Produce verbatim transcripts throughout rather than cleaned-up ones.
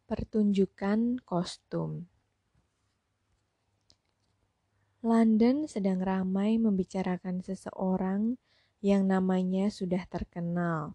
Pertunjukan kostum. London sedang ramai membicarakan seseorang yang namanya sudah terkenal.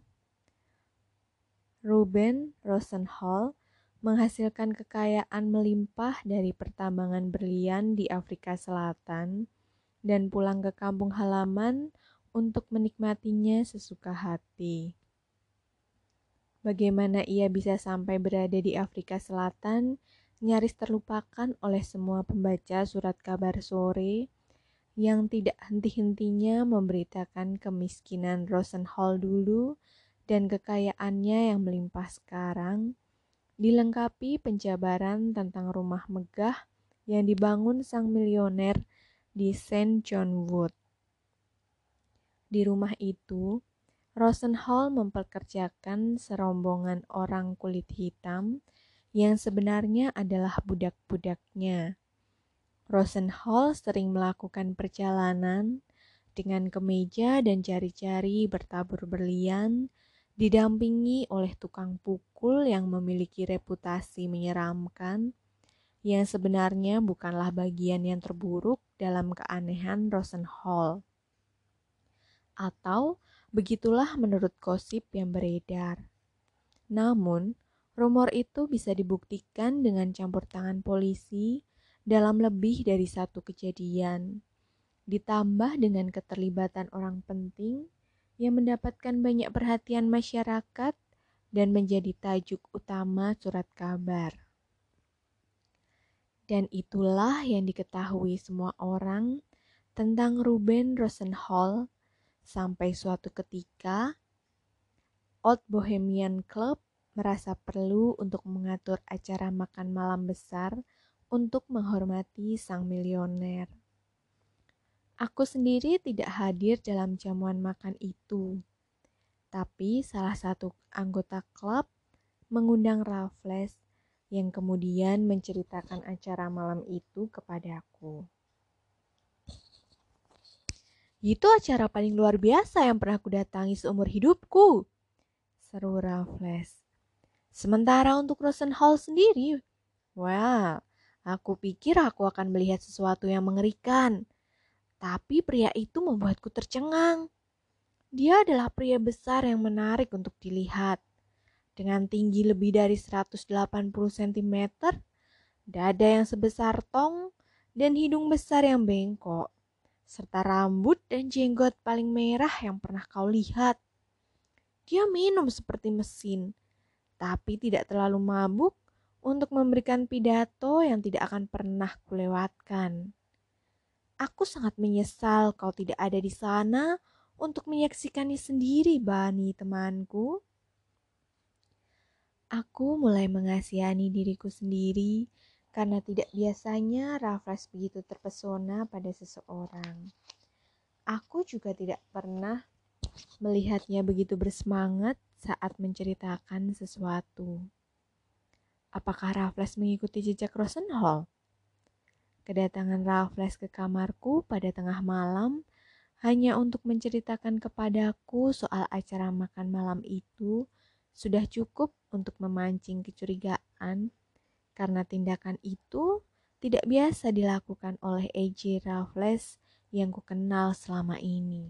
Ruben Rosenhall menghasilkan kekayaan melimpah dari pertambangan berlian di Afrika Selatan dan pulang ke kampung halaman untuk menikmatinya sesuka hati. Bagaimana ia bisa sampai berada di Afrika Selatan nyaris terlupakan oleh semua pembaca surat kabar sore yang tidak henti-hentinya memberitakan kemiskinan Rosenhall dulu dan kekayaannya yang melimpah sekarang, dilengkapi penjabaran tentang rumah megah yang dibangun sang milioner di Saint John Wood. Di rumah itu, Rosenhall memperkerjakan serombongan orang kulit hitam yang sebenarnya adalah budak-budaknya. Rosenhall sering melakukan perjalanan dengan kemeja dan jari-jari bertabur berlian, didampingi oleh tukang pukul yang memiliki reputasi menyeramkan, yang sebenarnya bukanlah bagian yang terburuk dalam keanehan Rosenhall. Atau begitulah menurut gosip yang beredar. Namun, rumor itu bisa dibuktikan dengan campur tangan polisi dalam lebih dari satu kejadian, ditambah dengan keterlibatan orang penting yang mendapatkan banyak perhatian masyarakat dan menjadi tajuk utama surat kabar. Dan itulah yang diketahui semua orang tentang Ruben Rosenhall sampai suatu ketika Old Bohemian Club merasa perlu untuk mengatur acara makan malam besar untuk menghormati sang milioner. Aku sendiri tidak hadir dalam jamuan makan itu, tapi salah satu anggota klub mengundang Raffles yang kemudian menceritakan acara malam itu kepadaku. Itu acara paling luar biasa yang pernah aku datangi seumur hidupku, seru Raffles. Sementara untuk Rosenhall sendiri, well, aku pikir aku akan melihat sesuatu yang mengerikan. Tapi pria itu membuatku tercengang. Dia adalah pria besar yang menarik untuk dilihat. Dengan tinggi lebih dari seratus delapan puluh sentimeter, dada yang sebesar tong, dan hidung besar yang bengkok, serta rambut dan jenggot paling merah yang pernah kau lihat. Dia minum seperti mesin, tapi tidak terlalu mabuk untuk memberikan pidato yang tidak akan pernah kulewatkan. Aku sangat menyesal kau tidak ada di sana untuk menyaksikannya sendiri, Bani temanku. Aku mulai mengasihani diriku sendiri karena tidak biasanya Raffles begitu terpesona pada seseorang. Aku juga tidak pernah melihatnya begitu bersemangat saat menceritakan sesuatu. Apakah Raffles mengikuti jejak Rosenhall? Kedatangan Raffles ke kamarku pada tengah malam hanya untuk menceritakan kepadaku soal acara makan malam itu sudah cukup untuk memancing kecurigaan karena tindakan itu tidak biasa dilakukan oleh A J Raffles yang kukenal selama ini.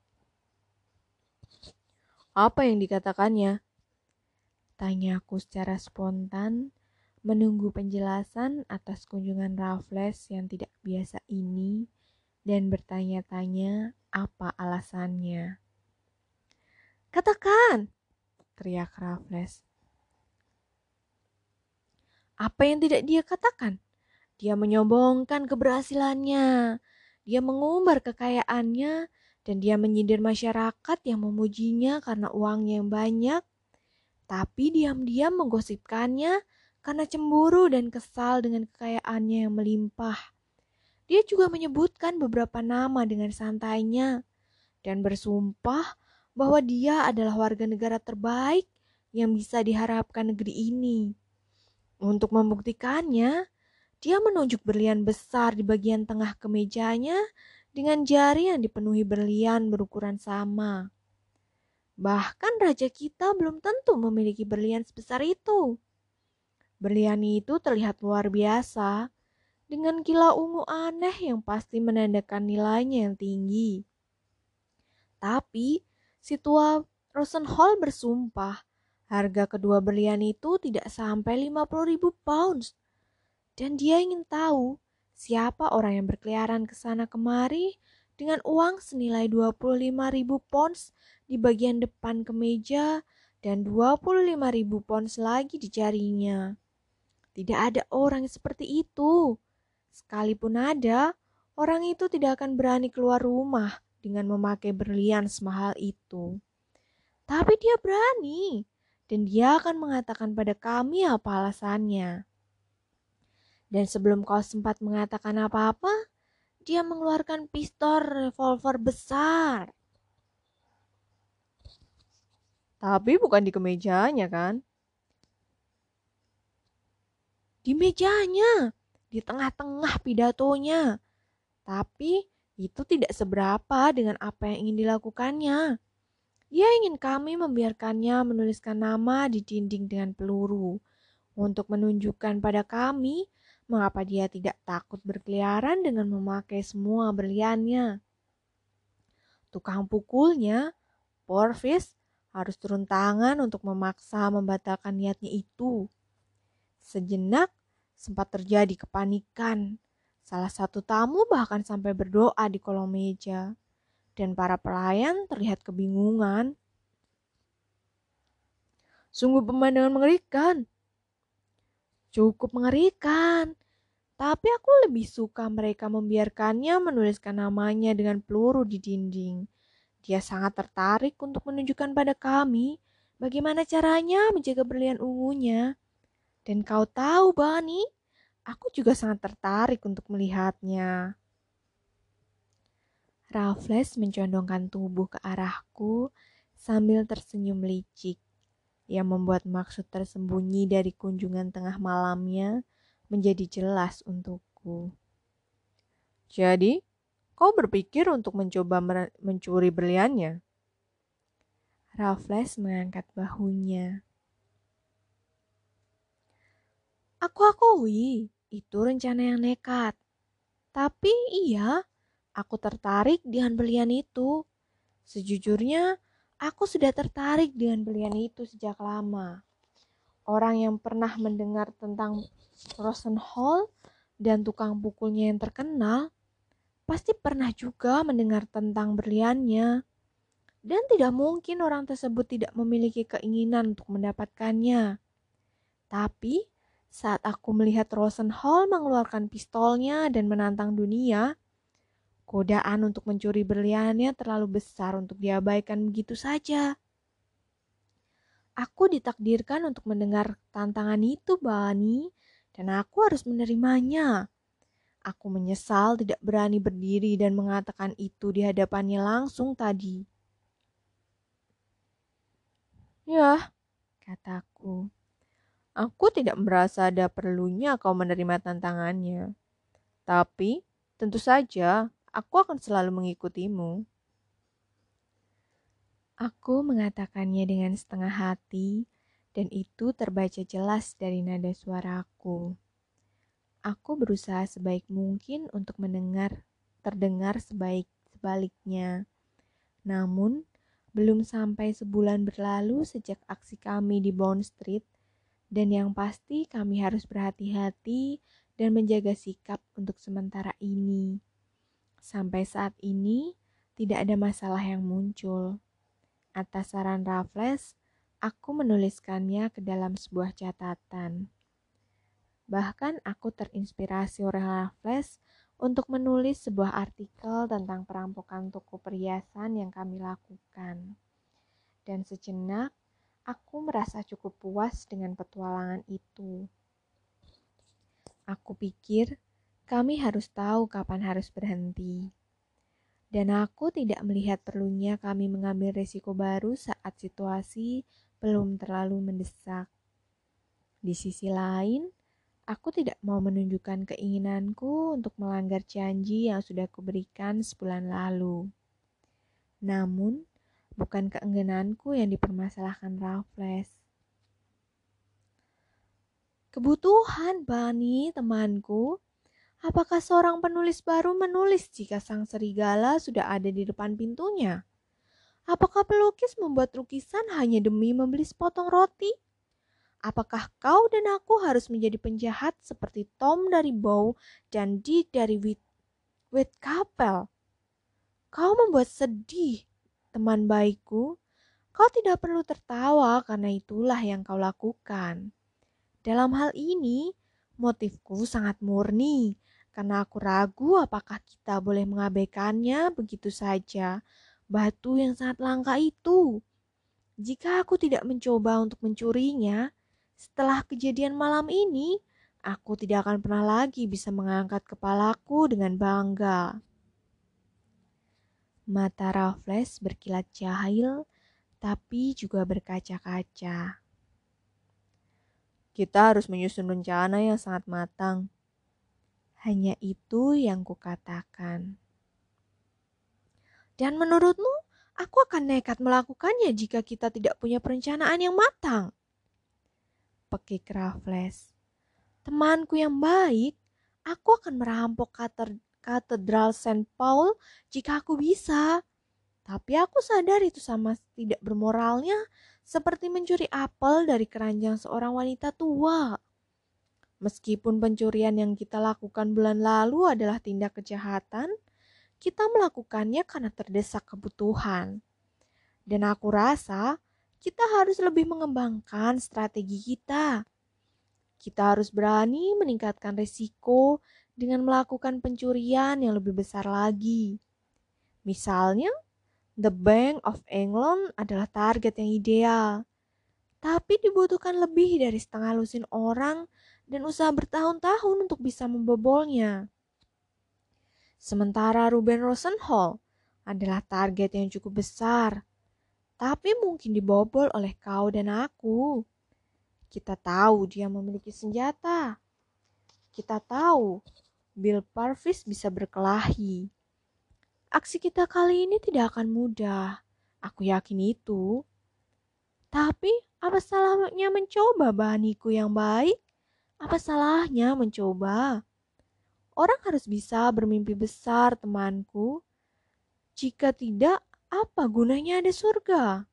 Apa yang dikatakannya? Tanyaku secara spontan, menunggu penjelasan atas kunjungan Raffles yang tidak biasa ini dan bertanya-tanya apa alasannya. Katakan, teriak Raffles. Apa yang tidak dia katakan? Dia menyombongkan keberhasilannya, dia mengumbar kekayaannya, dan dia menyindir masyarakat yang memujinya karena uangnya yang banyak, tapi diam-diam menggosipkannya karena cemburu dan kesal dengan kekayaannya yang melimpah. Dia juga menyebutkan beberapa nama dengan santainya dan bersumpah bahwa dia adalah warga negara terbaik yang bisa diharapkan negeri ini. Untuk membuktikannya, dia menunjuk berlian besar di bagian tengah kemejanya dengan jari yang dipenuhi berlian berukuran sama. Bahkan raja kita belum tentu memiliki berlian sebesar itu. Berlian itu terlihat luar biasa, dengan kilau ungu aneh yang pasti menandakan nilainya yang tinggi. Tapi, si tua Rosenhall bersumpah, harga kedua berlian itu tidak sampai lima puluh ribu pounds. Dan dia ingin tahu siapa orang yang berkeliaran ke sana kemari dengan uang senilai dua puluh lima ribu pounds di bagian depan kemeja dan dua puluh lima ribu pounds lagi di jarinya. Tidak ada orang seperti itu. Sekalipun ada, orang itu tidak akan berani keluar rumah dengan memakai berlian semahal itu. Tapi dia berani, dan dia akan mengatakan pada kami apa alasannya. Dan sebelum kau sempat mengatakan apa-apa, dia mengeluarkan pistol revolver besar. Tapi bukan di kemejanya, kan? Di mejanya, di tengah-tengah pidatonya. Tapi itu tidak seberapa dengan apa yang ingin dilakukannya. Dia ingin kami membiarkannya menuliskan nama di dinding dengan peluru untuk menunjukkan pada kami mengapa dia tidak takut berkeliaran dengan memakai semua berliannya. Tukang pukulnya, Porvis, harus turun tangan untuk memaksa membatalkan niatnya itu. Sejenak sempat terjadi kepanikan. Salah satu tamu bahkan sampai berdoa di kolong meja. Dan para pelayan terlihat kebingungan. Sungguh pemandangan mengerikan. Cukup mengerikan. Tapi aku lebih suka mereka membiarkannya menuliskan namanya dengan peluru di dinding. Dia sangat tertarik untuk menunjukkan pada kami bagaimana caranya menjaga berlian ungunya. Dan kau tahu, Bani, aku juga sangat tertarik untuk melihatnya. Raffles mencondongkan tubuh ke arahku sambil tersenyum licik yang membuat maksud tersembunyi dari kunjungan tengah malamnya menjadi jelas untukku. Jadi, kau berpikir untuk mencoba mencuri berliannya? Raffles mengangkat bahunya. Aku akui, itu rencana yang nekat. Tapi iya, aku tertarik dengan berlian itu. Sejujurnya, aku sudah tertarik dengan berlian itu sejak lama. Orang yang pernah mendengar tentang Rosenhall dan tukang pukulnya yang terkenal, pasti pernah juga mendengar tentang berliannya. Dan tidak mungkin orang tersebut tidak memiliki keinginan untuk mendapatkannya. Tapi, saat aku melihat Rosenhall mengeluarkan pistolnya dan menantang dunia, godaan untuk mencuri berliannya terlalu besar untuk diabaikan begitu saja. Aku ditakdirkan untuk mendengar tantangan itu, Bani, dan aku harus menerimanya. Aku menyesal tidak berani berdiri dan mengatakan itu di hadapannya langsung tadi. Ya, kataku. Aku tidak merasa ada perlunya kau menerima tantangannya. Tapi, tentu saja, aku akan selalu mengikutimu. Aku mengatakannya dengan setengah hati, dan itu terbaca jelas dari nada suaraku. Aku berusaha sebaik mungkin untuk mendengar, terdengar sebaik sebaliknya. Namun, belum sampai sebulan berlalu sejak aksi kami di Bond Street, dan yang pasti kami harus berhati-hati dan menjaga sikap untuk sementara ini. Sampai saat ini, tidak ada masalah yang muncul. Atas saran Raffles, aku menuliskannya ke dalam sebuah catatan. Bahkan aku terinspirasi oleh Raffles untuk menulis sebuah artikel tentang perampokan toko perhiasan yang kami lakukan. Dan sejenak, aku merasa cukup puas dengan petualangan itu. Aku pikir kami harus tahu kapan harus berhenti. Dan aku tidak melihat perlunya kami mengambil risiko baru saat situasi belum terlalu mendesak. Di sisi lain, aku tidak mau menunjukkan keinginanku untuk melanggar janji yang sudah kuberikan sebulan lalu. Namun, bukan keenggananku yang dipermasalahkan Raffles. Kebutuhan, Bani, temanku. Apakah seorang penulis baru menulis jika sang serigala sudah ada di depan pintunya? Apakah pelukis membuat lukisan hanya demi membeli sepotong roti? Apakah kau dan aku harus menjadi penjahat seperti Tom dari Bow dan Dick dari Whitechapel? Kau membuat sedih, teman baikku. Kau tidak perlu tertawa karena itulah yang kau lakukan. Dalam hal ini, motifku sangat murni karena aku ragu apakah kita boleh mengabaikannya begitu saja. Batu yang sangat langka itu. Jika aku tidak mencoba untuk mencurinya, setelah kejadian malam ini, aku tidak akan pernah lagi bisa mengangkat kepalaku dengan bangga. Mata Raffles berkilat jahil, tapi juga berkaca-kaca. Kita harus menyusun rencana yang sangat matang. Hanya itu yang kukatakan. Dan menurutmu, aku akan nekat melakukannya jika kita tidak punya perencanaan yang matang? Pekik Raffles. Temanku yang baik, aku akan merampok katedral Saint Paul jika aku bisa. Tapi aku sadar itu sama tidak bermoralnya, seperti mencuri apel dari keranjang seorang wanita tua. Meskipun pencurian yang kita lakukan bulan lalu adalah tindak kejahatan, kita melakukannya karena terdesak kebutuhan. Dan aku rasa kita harus lebih mengembangkan strategi kita. Kita harus berani meningkatkan risiko dengan melakukan pencurian yang lebih besar lagi. Misalnya, The Bank of England adalah target yang ideal. Tapi dibutuhkan lebih dari setengah lusin orang dan usaha bertahun-tahun untuk bisa membobolnya. Sementara Ruben Rosenhall adalah target yang cukup besar, tapi mungkin dibobol oleh kau dan aku. Kita tahu dia memiliki senjata. Kita tahu Bill Purvis bisa berkelahi. Aksi kita kali ini tidak akan mudah. Aku yakin itu. Tapi apa salahnya mencoba, Baniku yang baik? Apa salahnya mencoba? Orang harus bisa bermimpi besar, temanku. Jika tidak, apa gunanya ada surga?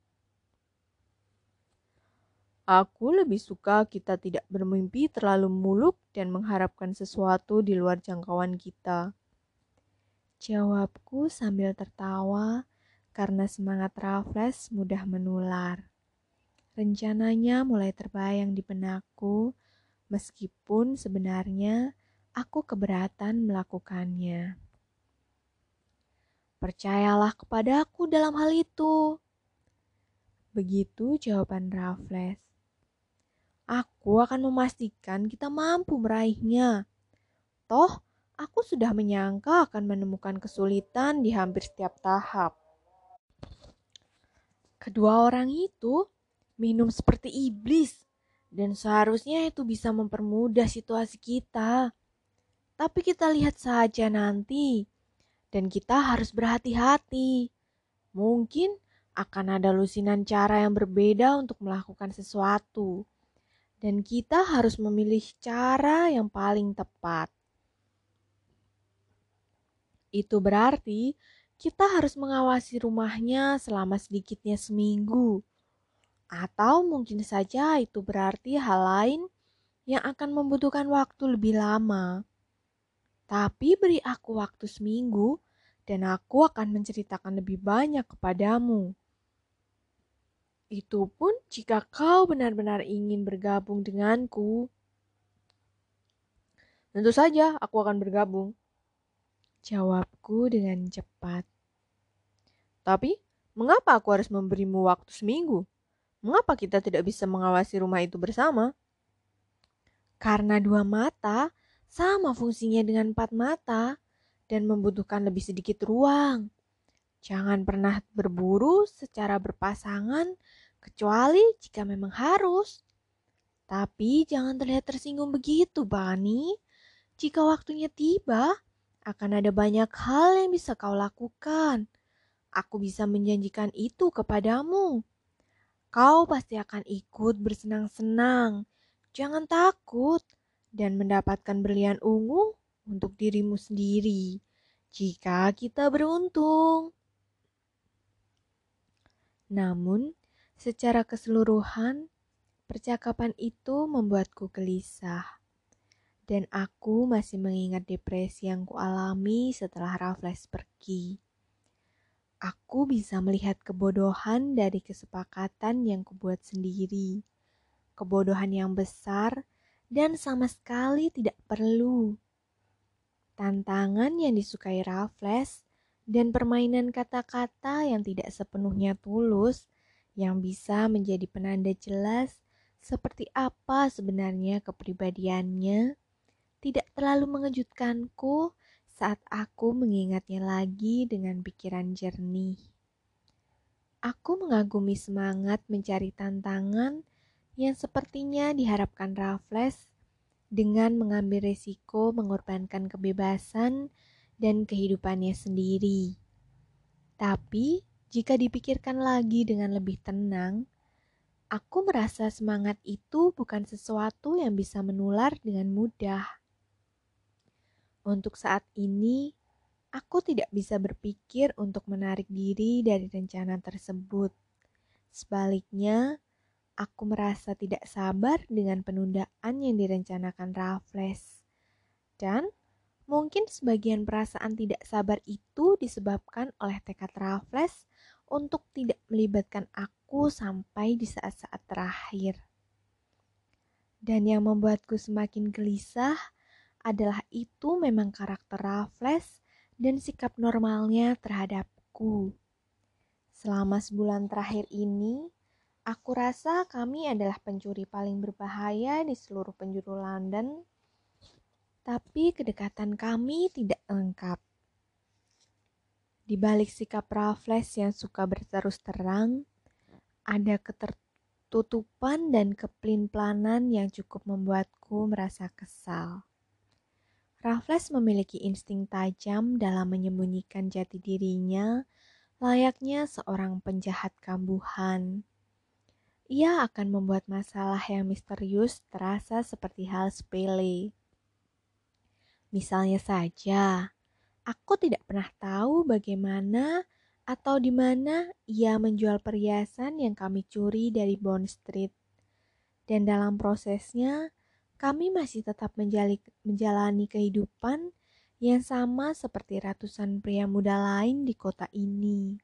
Aku lebih suka kita tidak bermimpi terlalu muluk dan mengharapkan sesuatu di luar jangkauan kita. Jawabku sambil tertawa karena semangat Raffles mudah menular. Rencananya mulai terbayang di benakku, meskipun sebenarnya aku keberatan melakukannya. Percayalah kepadaku dalam hal itu. Begitu jawaban Raffles. Aku akan memastikan kita mampu meraihnya. Toh, aku sudah menyangka akan menemukan kesulitan di hampir setiap tahap. Kedua orang itu minum seperti iblis, dan seharusnya itu bisa mempermudah situasi kita. Tapi kita lihat saja nanti, dan kita harus berhati-hati. Mungkin akan ada lusinan cara yang berbeda untuk melakukan sesuatu, dan kita harus memilih cara yang paling tepat. Itu berarti kita harus mengawasi rumahnya selama sedikitnya seminggu. Atau mungkin saja itu berarti hal lain yang akan membutuhkan waktu lebih lama. Tapi beri aku waktu seminggu dan aku akan menceritakan lebih banyak kepadamu. Itu pun jika kau benar-benar ingin bergabung denganku. Tentu saja aku akan bergabung. Jawabku dengan cepat. Tapi mengapa aku harus memberimu waktu seminggu? Mengapa kita tidak bisa mengawasi rumah itu bersama? Karena dua mata sama fungsinya dengan empat mata dan membutuhkan lebih sedikit ruang. Jangan pernah berburu secara berpasangan kecuali jika memang harus. Tapi jangan terlihat tersinggung begitu, Bani. Jika waktunya tiba, akan ada banyak hal yang bisa kau lakukan. Aku bisa menjanjikan itu kepadamu. Kau pasti akan ikut bersenang-senang, Jangan takut dan mendapatkan berlian ungu untuk dirimu sendiri jika kita beruntung. Namun, secara keseluruhan, percakapan itu membuatku gelisah. Dan aku masih mengingat depresi yang kualami setelah Raffles pergi. Aku bisa melihat kebodohan dari kesepakatan yang kubuat sendiri. Kebodohan yang besar dan sama sekali tidak perlu. Tantangan yang disukai Raffles dan permainan kata-kata yang tidak sepenuhnya tulus yang bisa menjadi penanda jelas seperti apa sebenarnya kepribadiannya tidak terlalu mengejutkanku saat aku mengingatnya lagi dengan pikiran jernih. Aku mengagumi semangat mencari tantangan yang sepertinya diharapkan Raffles dengan mengambil risiko mengorbankan kebebasan dan kehidupannya sendiri. Tapi, jika dipikirkan lagi dengan lebih tenang, aku merasa semangat itu bukan sesuatu yang bisa menular dengan mudah. Untuk saat ini, aku tidak bisa berpikir untuk menarik diri dari rencana tersebut. Sebaliknya, aku merasa tidak sabar dengan penundaan yang direncanakan Raffles. Dan mungkin sebagian perasaan tidak sabar itu disebabkan oleh tekad Raffles untuk tidak melibatkan aku sampai di saat-saat terakhir. Dan yang membuatku semakin gelisah adalah itu memang karakter Raffles dan sikap normalnya terhadapku. Selama sebulan terakhir ini, aku rasa kami adalah pencuri paling berbahaya di seluruh penjuru London, tapi kedekatan kami tidak lengkap. Di balik sikap Raffles yang suka berterus terang, ada ketertutupan dan keplin-planan yang cukup membuatku merasa kesal. Raffles memiliki insting tajam dalam menyembunyikan jati dirinya, layaknya seorang penjahat kambuhan. Ia akan membuat masalah yang misterius terasa seperti hal sepele. Misalnya saja, aku tidak pernah tahu bagaimana atau di mana ia menjual perhiasan yang kami curi dari Bond Street. Dan dalam prosesnya, kami masih tetap menjalani kehidupan yang sama seperti ratusan pria muda lain di kota ini.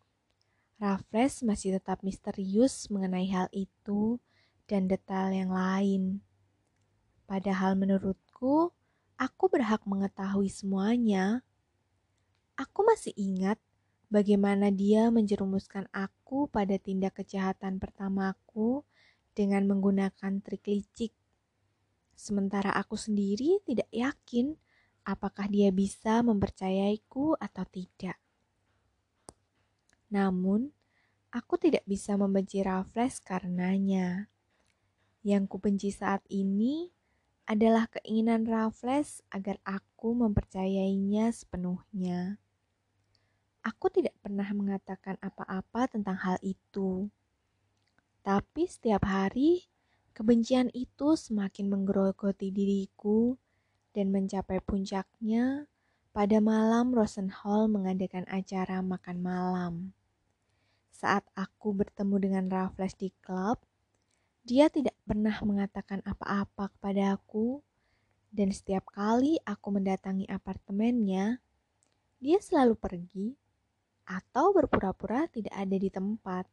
Raffles masih tetap misterius mengenai hal itu dan detail yang lain. Padahal menurutku, aku berhak mengetahui semuanya. Aku masih ingat bagaimana dia menjerumuskan aku pada tindak kejahatan pertamaku dengan menggunakan trik licik. Sementara aku sendiri tidak yakin apakah dia bisa mempercayaiku atau tidak. Namun, aku tidak bisa membenci Raffles karenanya. Yang kubenci saat ini adalah keinginan Raffles agar aku mempercayainya sepenuhnya. Aku tidak pernah mengatakan apa-apa tentang hal itu. Tapi setiap hari, kebencian itu semakin menggerogoti diriku dan mencapai puncaknya pada malam Rosenhall mengadakan acara makan malam. Saat aku bertemu dengan Raffles di klub, dia tidak pernah mengatakan apa-apa kepada aku, dan setiap kali aku mendatangi apartemennya, dia selalu pergi atau berpura-pura tidak ada di tempat.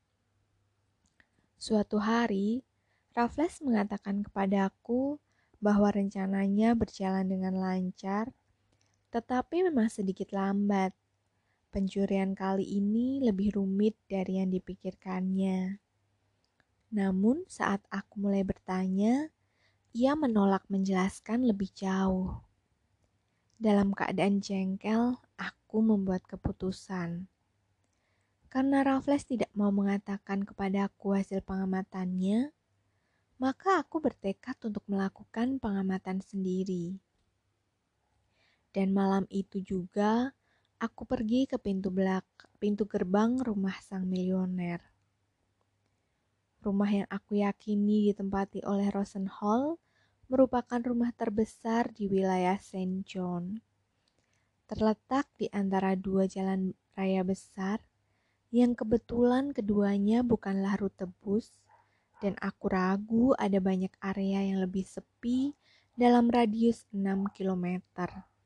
Suatu hari, Raffles mengatakan kepadaku bahwa rencananya berjalan dengan lancar, tetapi memang sedikit lambat. Pencurian kali ini lebih rumit dari yang dipikirkannya. Namun saat aku mulai bertanya, ia menolak menjelaskan lebih jauh. Dalam keadaan jengkel, aku membuat keputusan. Karena Raffles tidak mau mengatakan kepadaku hasil pengamatannya, maka aku bertekad untuk melakukan pengamatan sendiri. Dan malam itu juga, aku pergi ke pintu belakang, pintu gerbang rumah sang milioner. Rumah yang aku yakini ditempati oleh Rosenhall merupakan rumah terbesar di wilayah Saint John. Terletak di antara dua jalan raya besar yang kebetulan keduanya bukanlah rute bus, dan aku ragu ada banyak area yang lebih sepi dalam radius enam kilometer.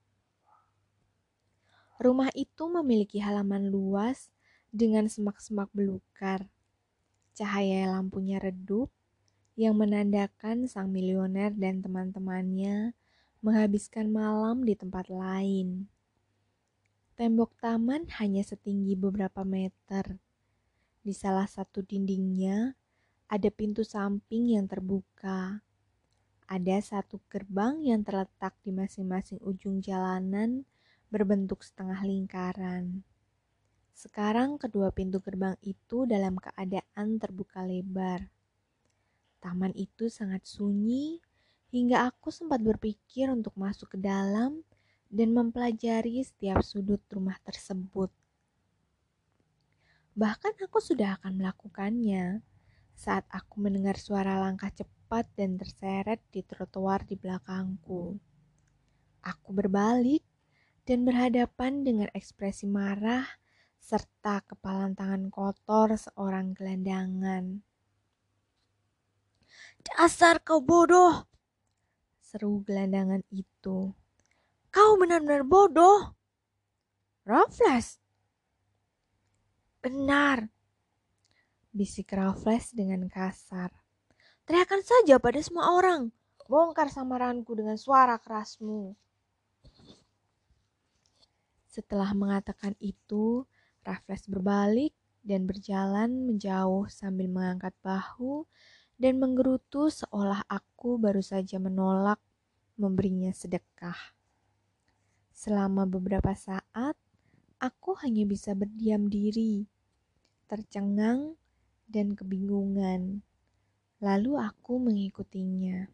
Rumah itu memiliki halaman luas dengan semak-semak belukar. Cahaya lampunya redup yang menandakan sang milioner dan teman-temannya menghabiskan malam di tempat lain. Tembok taman hanya setinggi beberapa meter. Di salah satu dindingnya ada pintu samping yang terbuka. Ada satu gerbang yang terletak di masing-masing ujung jalanan berbentuk setengah lingkaran. Sekarang kedua pintu gerbang itu dalam keadaan terbuka lebar. Taman itu sangat sunyi hingga aku sempat berpikir untuk masuk ke dalam dan mempelajari setiap sudut rumah tersebut. Bahkan aku sudah akan melakukannya saat aku mendengar suara langkah cepat dan terseret di trotoar di belakangku. Aku berbalik dan berhadapan dengan ekspresi marah serta kepalan tangan kotor seorang gelandangan. "Dasar kau bodoh!" seru gelandangan itu. "Kau benar-benar bodoh!" "Raffles!" "Benar!" bisik Raffles dengan kasar. "Teriakan saja pada semua orang. Bongkar samaranku dengan suara kerasmu." Setelah mengatakan itu, Raffles berbalik dan berjalan menjauh sambil mengangkat bahu dan menggerutu seolah aku baru saja menolak memberinya sedekah. Selama beberapa saat, aku hanya bisa berdiam diri, tercengang dan kebingungan. Lalu aku mengikutinya.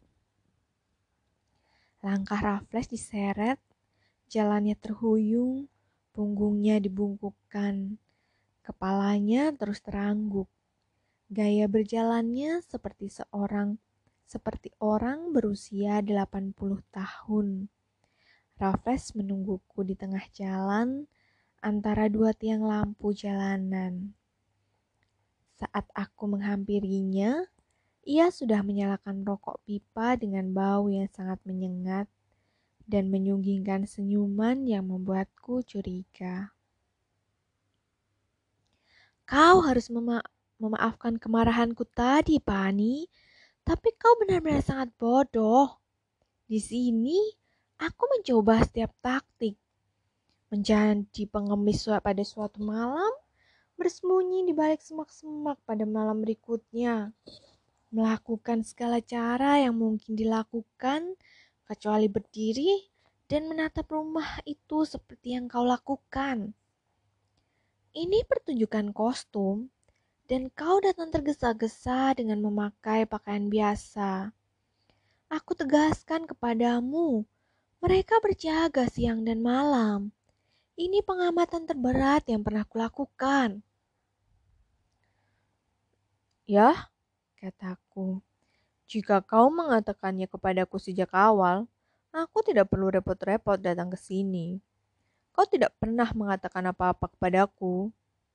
Langkah Raffles diseret, jalannya terhuyung, punggungnya dibungkukkan, kepalanya terus terangguk. Gaya berjalannya seperti seorang seperti orang berusia delapan puluh tahun. Raffles menungguku di tengah jalan antara dua tiang lampu jalanan. Saat aku menghampirinya, ia sudah menyalakan rokok pipa dengan bau yang sangat menyengat dan menyunggingkan senyuman yang membuatku curiga. "Kau harus mema- memaafkan kemarahanku tadi, Pani, tapi kau benar-benar sangat bodoh. Di sini, aku mencoba setiap taktik. Menjadi pengemis pada suatu malam, bersembunyi di balik semak-semak pada malam berikutnya. Melakukan segala cara yang mungkin dilakukan, kecuali berdiri dan menatap rumah itu seperti yang kau lakukan. Ini pertunjukan kostum, dan kau datang tergesa-gesa dengan memakai pakaian biasa. Aku tegaskan kepadamu, mereka berjaga siang dan malam. Ini pengamatan terberat yang pernah kulakukan." "Ya," kataku, "jika kau mengatakannya kepadaku sejak awal, aku tidak perlu repot-repot datang ke sini. Kau tidak pernah mengatakan apa-apa kepadaku."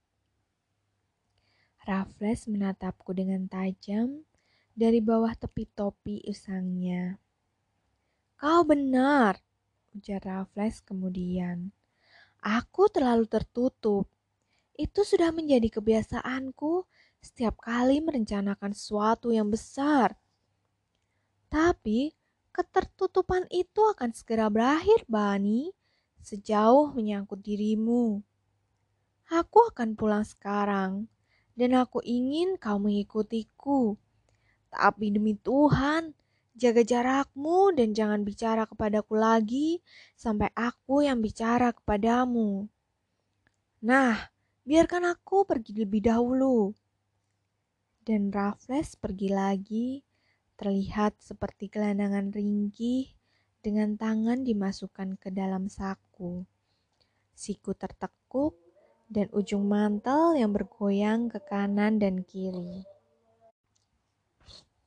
Raffles menatapku dengan tajam dari bawah tepi topi usangnya. "Kau benar," ujar Raffles kemudian. "Aku terlalu tertutup. Itu sudah menjadi kebiasaanku setiap kali merencanakan sesuatu yang besar. Tapi ketertutupan itu akan segera berakhir, Bani, sejauh menyangkut dirimu. Aku akan pulang sekarang, dan aku ingin kau mengikutiku. Tapi demi Tuhan, jaga jarakmu dan jangan bicara kepadaku lagi sampai aku yang bicara kepadamu. Nah, biarkan aku pergi lebih dahulu." Dan Raffles pergi lagi, terlihat seperti gelandangan ringkih dengan tangan dimasukkan ke dalam saku. Siku tertekuk dan ujung mantel yang bergoyang ke kanan dan kiri.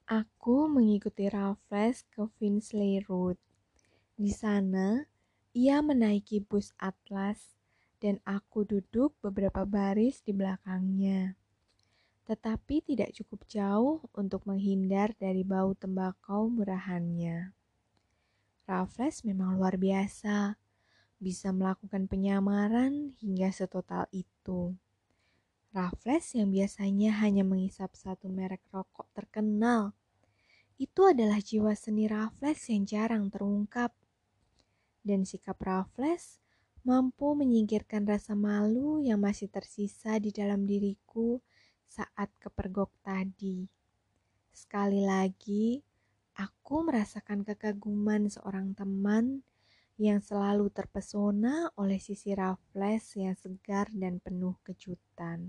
Aku mengikuti Raffles ke Finchley Road. Di sana, ia menaiki bus Atlas dan aku duduk beberapa baris di belakangnya. Tetapi tidak cukup jauh untuk menghindar dari bau tembakau murahannya. Raffles memang luar biasa, bisa melakukan penyamaran hingga setotal itu. Raffles yang biasanya hanya mengisap satu merek rokok terkenal, itu adalah jiwa seni Raffles yang jarang terungkap. Dan sikap Raffles mampu menyingkirkan rasa malu yang masih tersisa di dalam diriku saat kepergok tadi. Sekali lagi, aku merasakan kekaguman seorang teman yang selalu terpesona oleh sisi Raffles yang segar dan penuh kejutan.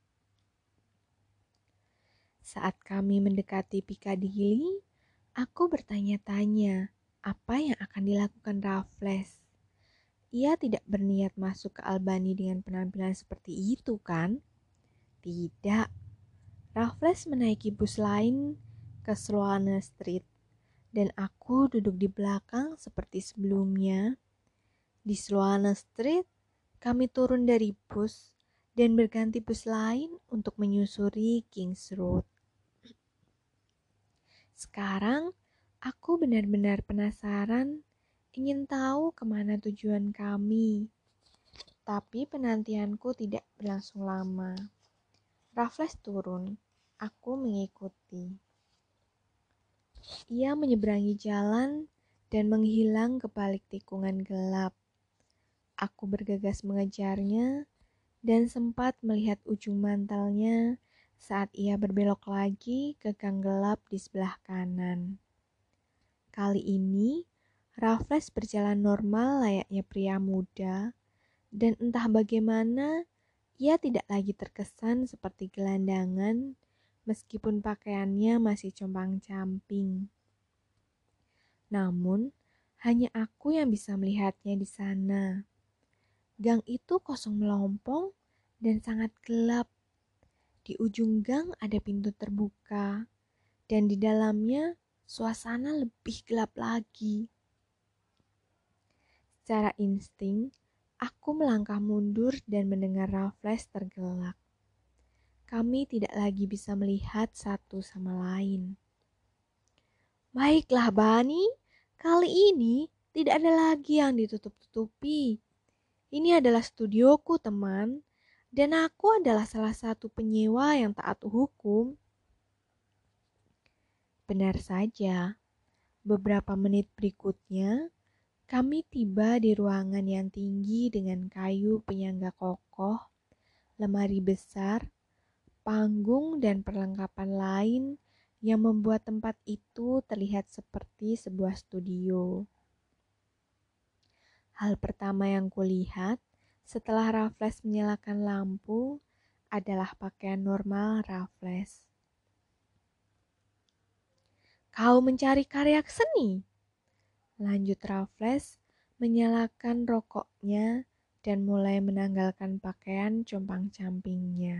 Saat kami mendekati Piccadilly, aku bertanya-tanya apa yang akan dilakukan Raffles. Ia tidak berniat masuk ke Albany dengan penampilan seperti itu, kan? Tidak. Raffles menaiki bus lain ke Sloane Street, dan aku duduk di belakang seperti sebelumnya. Di Sloane Street, kami turun dari bus dan berganti bus lain untuk menyusuri King's Road. Sekarang, aku benar-benar penasaran, ingin tahu kemana tujuan kami. Tapi penantianku tidak berlangsung lama. Raffles turun, aku mengikuti. Ia menyeberangi jalan dan menghilang ke balik tikungan gelap. Aku bergegas mengejarnya dan sempat melihat ujung mantelnya saat ia berbelok lagi ke gang gelap di sebelah kanan. Kali ini, Raffles berjalan normal layaknya pria muda, dan entah bagaimana ia tidak lagi terkesan seperti gelandangan meskipun pakaiannya masih compang-camping. Namun, hanya aku yang bisa melihatnya di sana. Gang itu kosong melompong dan sangat gelap. Di ujung gang ada pintu terbuka, dan di dalamnya suasana lebih gelap lagi. Secara insting, aku melangkah mundur dan mendengar Raffles tergelak. Kami tidak lagi bisa melihat satu sama lain. Baiklah, Bani, kali ini tidak ada lagi yang ditutup-tutupi. Ini adalah studioku, teman, dan aku adalah salah satu penyewa yang taat hukum. Benar saja, beberapa menit berikutnya, kami tiba di ruangan yang tinggi dengan kayu penyangga kokoh, lemari besar, panggung, dan perlengkapan lain yang membuat tempat itu terlihat seperti sebuah studio. Hal pertama yang kulihat setelah Raffles menyalakan lampu adalah pakaian normal Raffles. Kau mencari karya seni? Lanjut Raffles menyalakan rokoknya dan mulai menanggalkan pakaian compang-campingnya.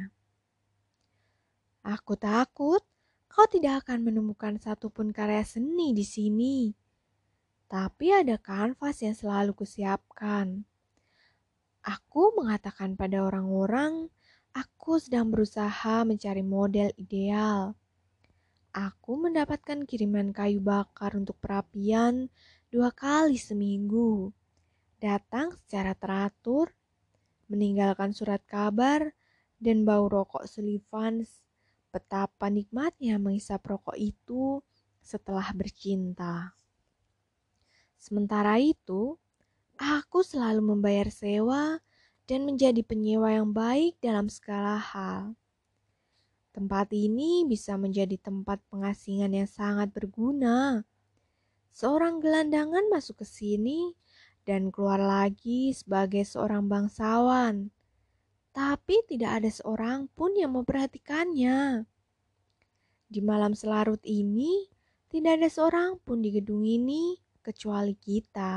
Aku takut kau tidak akan menemukan satupun karya seni di sini. Tapi ada kanvas yang selalu kusiapkan. Aku mengatakan pada orang-orang, aku sedang berusaha mencari model ideal. Aku mendapatkan kiriman kayu bakar untuk perapian dua kali seminggu. Datang secara teratur, meninggalkan surat kabar dan bau rokok Sullivans. Betapa nikmatnya menghisap rokok itu setelah bercinta. Sementara itu, aku selalu membayar sewa dan menjadi penyewa yang baik dalam segala hal. Tempat ini bisa menjadi tempat pengasingan yang sangat berguna. Seorang gelandangan masuk ke sini dan keluar lagi sebagai seorang bangsawan. Tapi tidak ada seorang pun yang memperhatikannya. Di malam selarut ini, tidak ada seorang pun di gedung ini kecuali kita.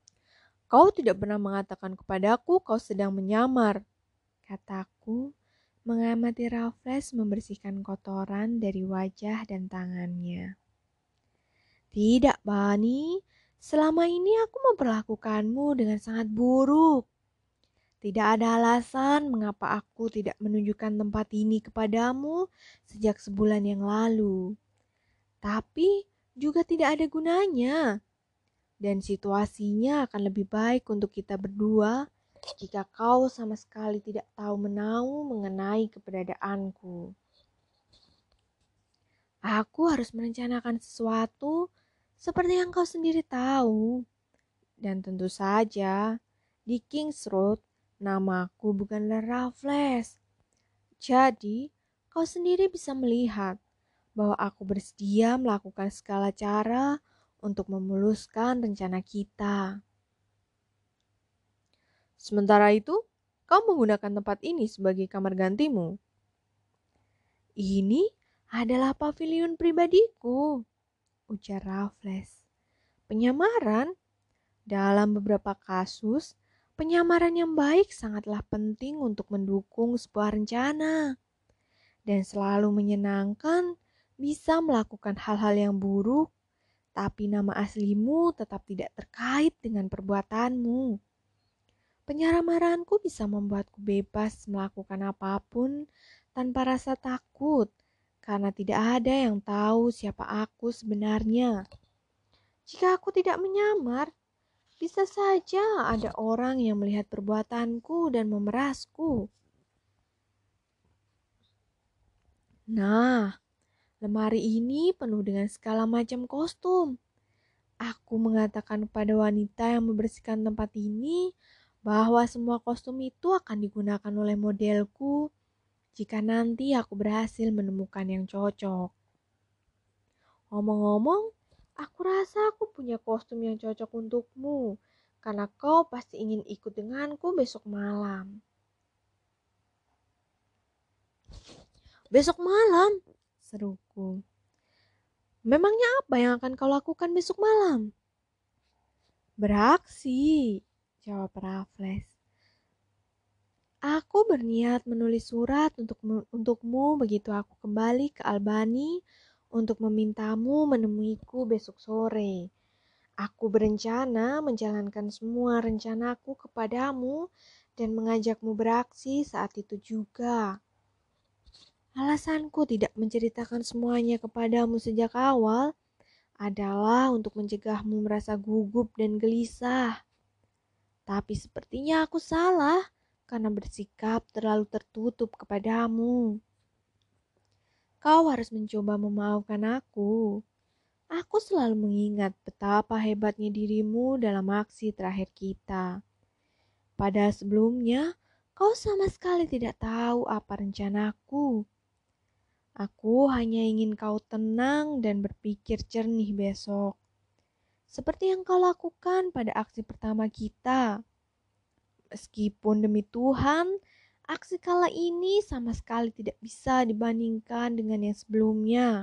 Kau tidak pernah mengatakan kepadaku kau sedang menyamar, kataku mengamati Raffles membersihkan kotoran dari wajah dan tangannya. Tidak, Bani. Selama ini aku memperlakukanmu dengan sangat buruk. Tidak ada alasan mengapa aku tidak menunjukkan tempat ini kepadamu sejak sebulan yang lalu. Tapi juga tidak ada gunanya. Dan situasinya akan lebih baik untuk kita berdua jika kau sama sekali tidak tahu menahu mengenai keberadaanku. Aku harus merencanakan sesuatu seperti yang kau sendiri tahu. Dan tentu saja, di Kings Road, namaku bukanlah Raffles. Jadi, kau sendiri bisa melihat bahwa aku bersedia melakukan segala cara untuk memuluskan rencana kita. Sementara itu, kau menggunakan tempat ini sebagai kamar gantimu. Ini adalah pavilion pribadiku, ujar Raffles. Penyamaran? Dalam beberapa kasus, penyamaran yang baik sangatlah penting untuk mendukung sebuah rencana. Dan selalu menyenangkan bisa melakukan hal-hal yang buruk, tapi nama aslimu tetap tidak terkait dengan perbuatanmu. Penyamaranku bisa membuatku bebas melakukan apapun tanpa rasa takut, karena tidak ada yang tahu siapa aku sebenarnya. Jika aku tidak menyamar, bisa saja ada orang yang melihat perbuatanku dan memerasku. Nah, lemari ini penuh dengan segala macam kostum. Aku mengatakan kepada wanita yang membersihkan tempat ini bahwa semua kostum itu akan digunakan oleh modelku jika nanti aku berhasil menemukan yang cocok. Ngomong-ngomong, aku rasa aku punya kostum yang cocok untukmu, karena kau pasti ingin ikut denganku besok malam. Besok malam, seruku. Memangnya apa yang akan kau lakukan besok malam? Beraksi, jawab Raffles. Aku berniat menulis surat untuk untukmu begitu aku kembali ke Albany untuk memintamu menemuiku besok sore. Aku berencana menjalankan semua rencanaku kepadamu dan mengajakmu beraksi saat itu juga. Alasanku tidak menceritakan semuanya kepadamu sejak awal adalah untuk mencegahmu merasa gugup dan gelisah. Tapi sepertinya aku salah karena bersikap terlalu tertutup kepadamu. Kau harus mencoba memaafkan aku. Aku selalu mengingat betapa hebatnya dirimu dalam aksi terakhir kita. Padahal sebelumnya, kau sama sekali tidak tahu apa rencanaku. Aku hanya ingin kau tenang dan berpikir jernih besok. Seperti yang kau lakukan pada aksi pertama kita. Meskipun demi Tuhan, aksi kala ini sama sekali tidak bisa dibandingkan dengan yang sebelumnya.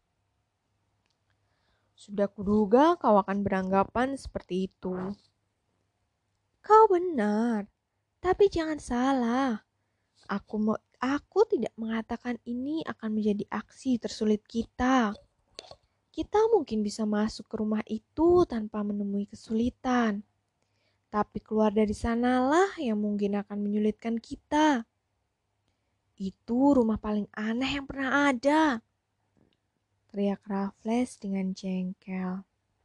Sudah kuduga kau akan beranggapan seperti itu. Kau benar, tapi jangan salah. Aku mau, aku tidak mengatakan ini akan menjadi aksi tersulit kita. Kita mungkin bisa masuk ke rumah itu tanpa menemui kesulitan. Tapi keluar dari sanalah yang mungkin akan menyulitkan kita. Itu rumah paling aneh yang pernah ada, teriak Raffles dengan jengkel.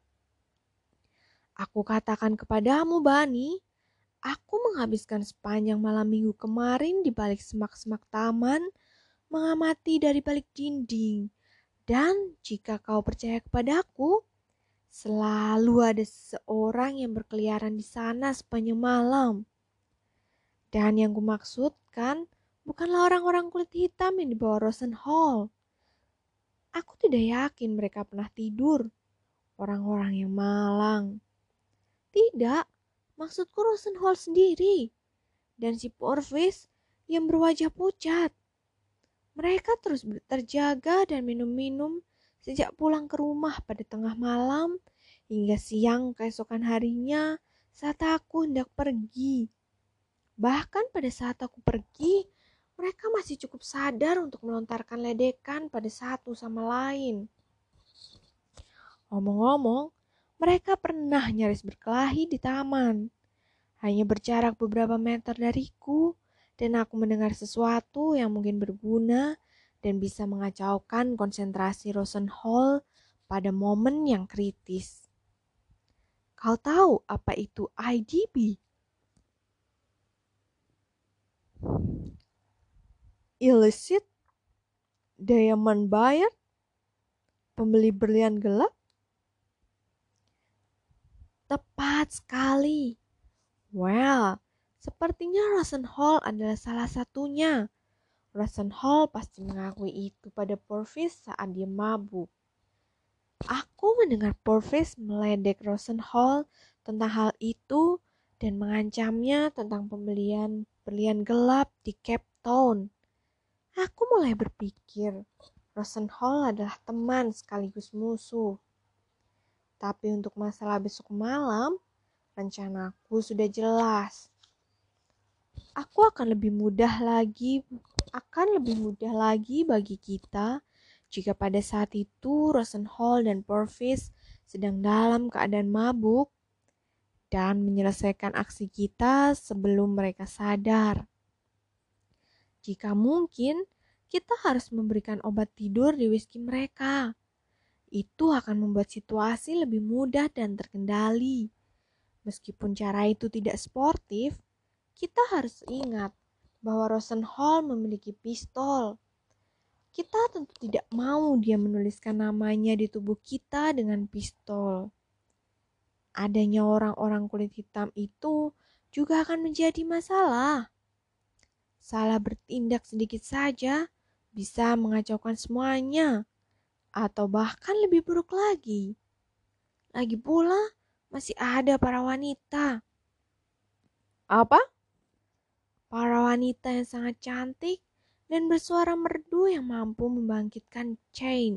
Aku katakan kepadamu, Bani, aku menghabiskan sepanjang malam minggu kemarin di balik semak-semak taman, mengamati dari balik dinding. Dan jika kau percaya kepadaku, selalu ada seseorang yang berkeliaran di sana sepanjang malam. Dan yang kumaksudkan bukanlah orang-orang kulit hitam yang dibawa Rosenhall. Aku tidak yakin mereka pernah tidur. Orang-orang yang malang. Tidak, maksudku Rosenhall sendiri. Dan si Purvis yang berwajah pucat. Mereka terus terjaga dan minum-minum sejak pulang ke rumah pada tengah malam hingga siang keesokan harinya saat aku hendak pergi. Bahkan pada saat aku pergi, mereka masih cukup sadar untuk melontarkan ledekan pada satu sama lain. Ngomong-ngomong, mereka pernah nyaris berkelahi di taman. Hanya berjarak beberapa meter dariku, dan aku mendengar sesuatu yang mungkin berguna dan bisa mengacaukan konsentrasi Rosenhall pada momen yang kritis. Kau tahu apa itu I D B? Illicit Diamond Buyer? Pembeli berlian gelap? Tepat sekali. Well, sepertinya Rosenhall adalah salah satunya. Rosenhall pasti mengakui itu pada Purvis saat dia mabuk. Aku mendengar Purvis meledek Rosenhall tentang hal itu dan mengancamnya tentang pembelian berlian gelap di Cape Town. Aku mulai berpikir Rosenhall adalah teman sekaligus musuh. Tapi untuk masalah besok malam, rencanaku sudah jelas. Aku akan lebih mudah lagi, akan lebih mudah lagi bagi kita jika pada saat itu Rosenhall dan Purvis sedang dalam keadaan mabuk dan menyelesaikan aksi kita sebelum mereka sadar. Jika mungkin, kita harus memberikan obat tidur di whisky mereka. Itu akan membuat situasi lebih mudah dan terkendali. Meskipun cara itu tidak sportif, kita harus ingat bahwa Rosenhall memiliki pistol. Kita tentu tidak mau dia menuliskan namanya di tubuh kita dengan pistol. Adanya orang-orang kulit hitam itu juga akan menjadi masalah. Salah bertindak sedikit saja bisa mengacaukan semuanya, atau bahkan lebih buruk lagi. Lagi pula, masih ada para wanita. Apa? Para wanita yang sangat cantik dan bersuara merdu yang mampu membangkitkan Chain.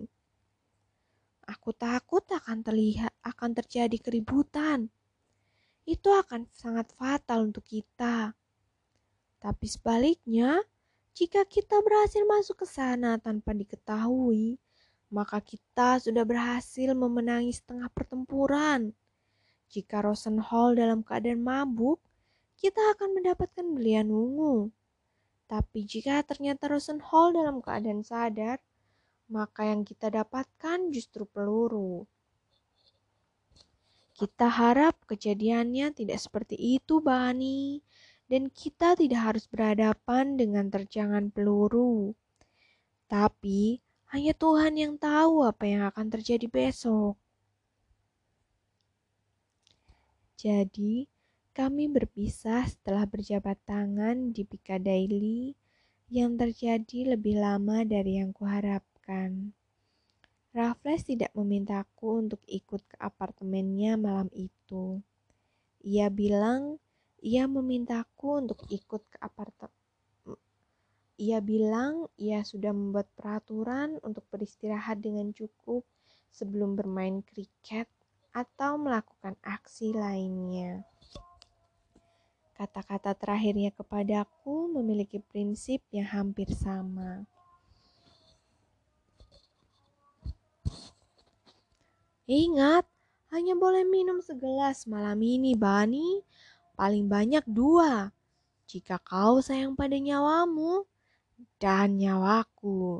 Aku takut akan terlihat akan terjadi keributan. Itu akan sangat fatal untuk kita. Tapi sebaliknya, jika kita berhasil masuk ke sana tanpa diketahui, maka kita sudah berhasil memenangi setengah pertempuran. Jika Rosenhall dalam keadaan mabuk, kita akan mendapatkan berlian ungu. Tapi jika ternyata Rosenhall dalam keadaan sadar, maka yang kita dapatkan justru peluru. Kita harap kejadiannya tidak seperti itu, Bani, dan kita tidak harus berhadapan dengan terjangan peluru. Tapi hanya Tuhan yang tahu apa yang akan terjadi besok. Jadi, kami berpisah setelah berjabat tangan di Piccadilly yang terjadi lebih lama dari yang kuharapkan. Raffles tidak memintaku untuk ikut ke apartemennya malam itu. Ia bilang ia memintaku untuk ikut ke apartemen. Ia bilang ia sudah membuat peraturan untuk beristirahat dengan cukup sebelum bermain kriket atau melakukan aksi lainnya. Kata-kata terakhirnya kepadaku memiliki prinsip yang hampir sama. Ingat, hanya boleh minum segelas malam ini, Bani. Paling banyak dua. Jika kau sayang pada nyawamu dan nyawaku.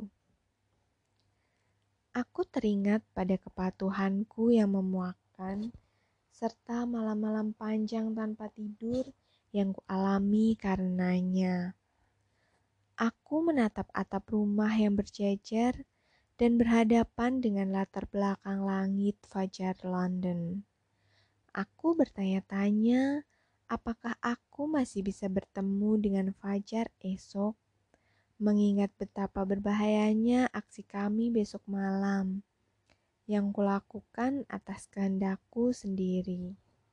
Aku teringat pada kepatuhanku yang memuakkan, serta malam-malam panjang tanpa tidur yang kualami karenanya. Aku menatap atap rumah yang berjejer dan berhadapan dengan latar belakang langit fajar London. Aku bertanya-tanya, apakah aku masih bisa bertemu dengan fajar esok, mengingat betapa berbahayanya aksi kami besok malam yang kulakukan atas kehendakku sendiri.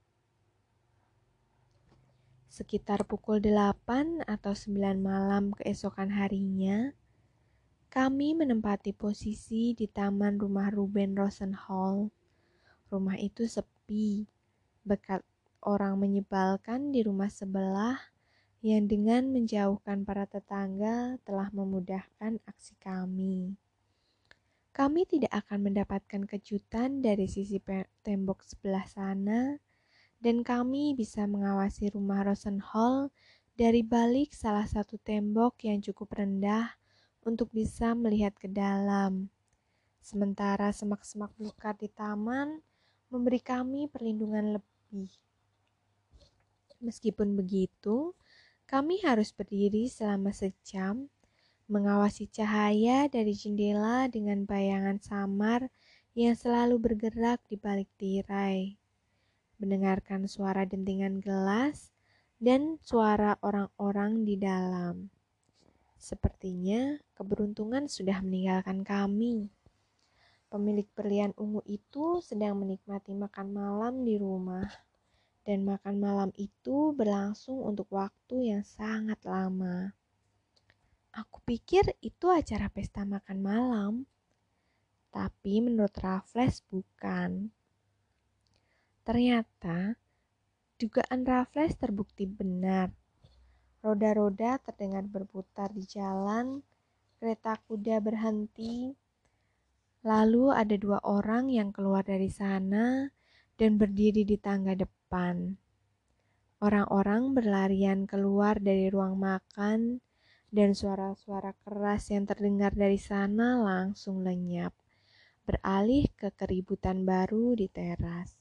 Sekitar pukul delapan atau sembilan malam keesokan harinya, kami menempati posisi di taman rumah Ruben Rosenhall. Rumah itu sepi, berkat orang menyebalkan di rumah sebelah yang dengan menjauhkan para tetangga telah memudahkan aksi kami. Kami tidak akan mendapatkan kejutan dari sisi tembok sebelah sana, dan kami bisa mengawasi rumah Rosenhall dari balik salah satu tembok yang cukup rendah untuk bisa melihat ke dalam. Sementara semak-semak belukar di taman memberi kami perlindungan lebih. Meskipun begitu, kami harus berdiri selama sejam mengawasi cahaya dari jendela dengan bayangan samar yang selalu bergerak di balik tirai, mendengarkan suara dentingan gelas dan suara orang-orang di dalam. Sepertinya keberuntungan sudah meninggalkan kami. Pemilik berlian ungu itu sedang menikmati makan malam di rumah, dan makan malam itu berlangsung untuk waktu yang sangat lama. Aku pikir itu acara pesta makan malam, tapi menurut Raffles bukan. Ternyata dugaan Raffles terbukti benar. Roda-roda terdengar berputar di jalan, kereta kuda berhenti, lalu ada dua orang yang keluar dari sana dan berdiri di tangga depan. Orang-orang berlarian keluar dari ruang makan, dan suara-suara keras yang terdengar dari sana langsung lenyap, beralih ke keributan baru di teras.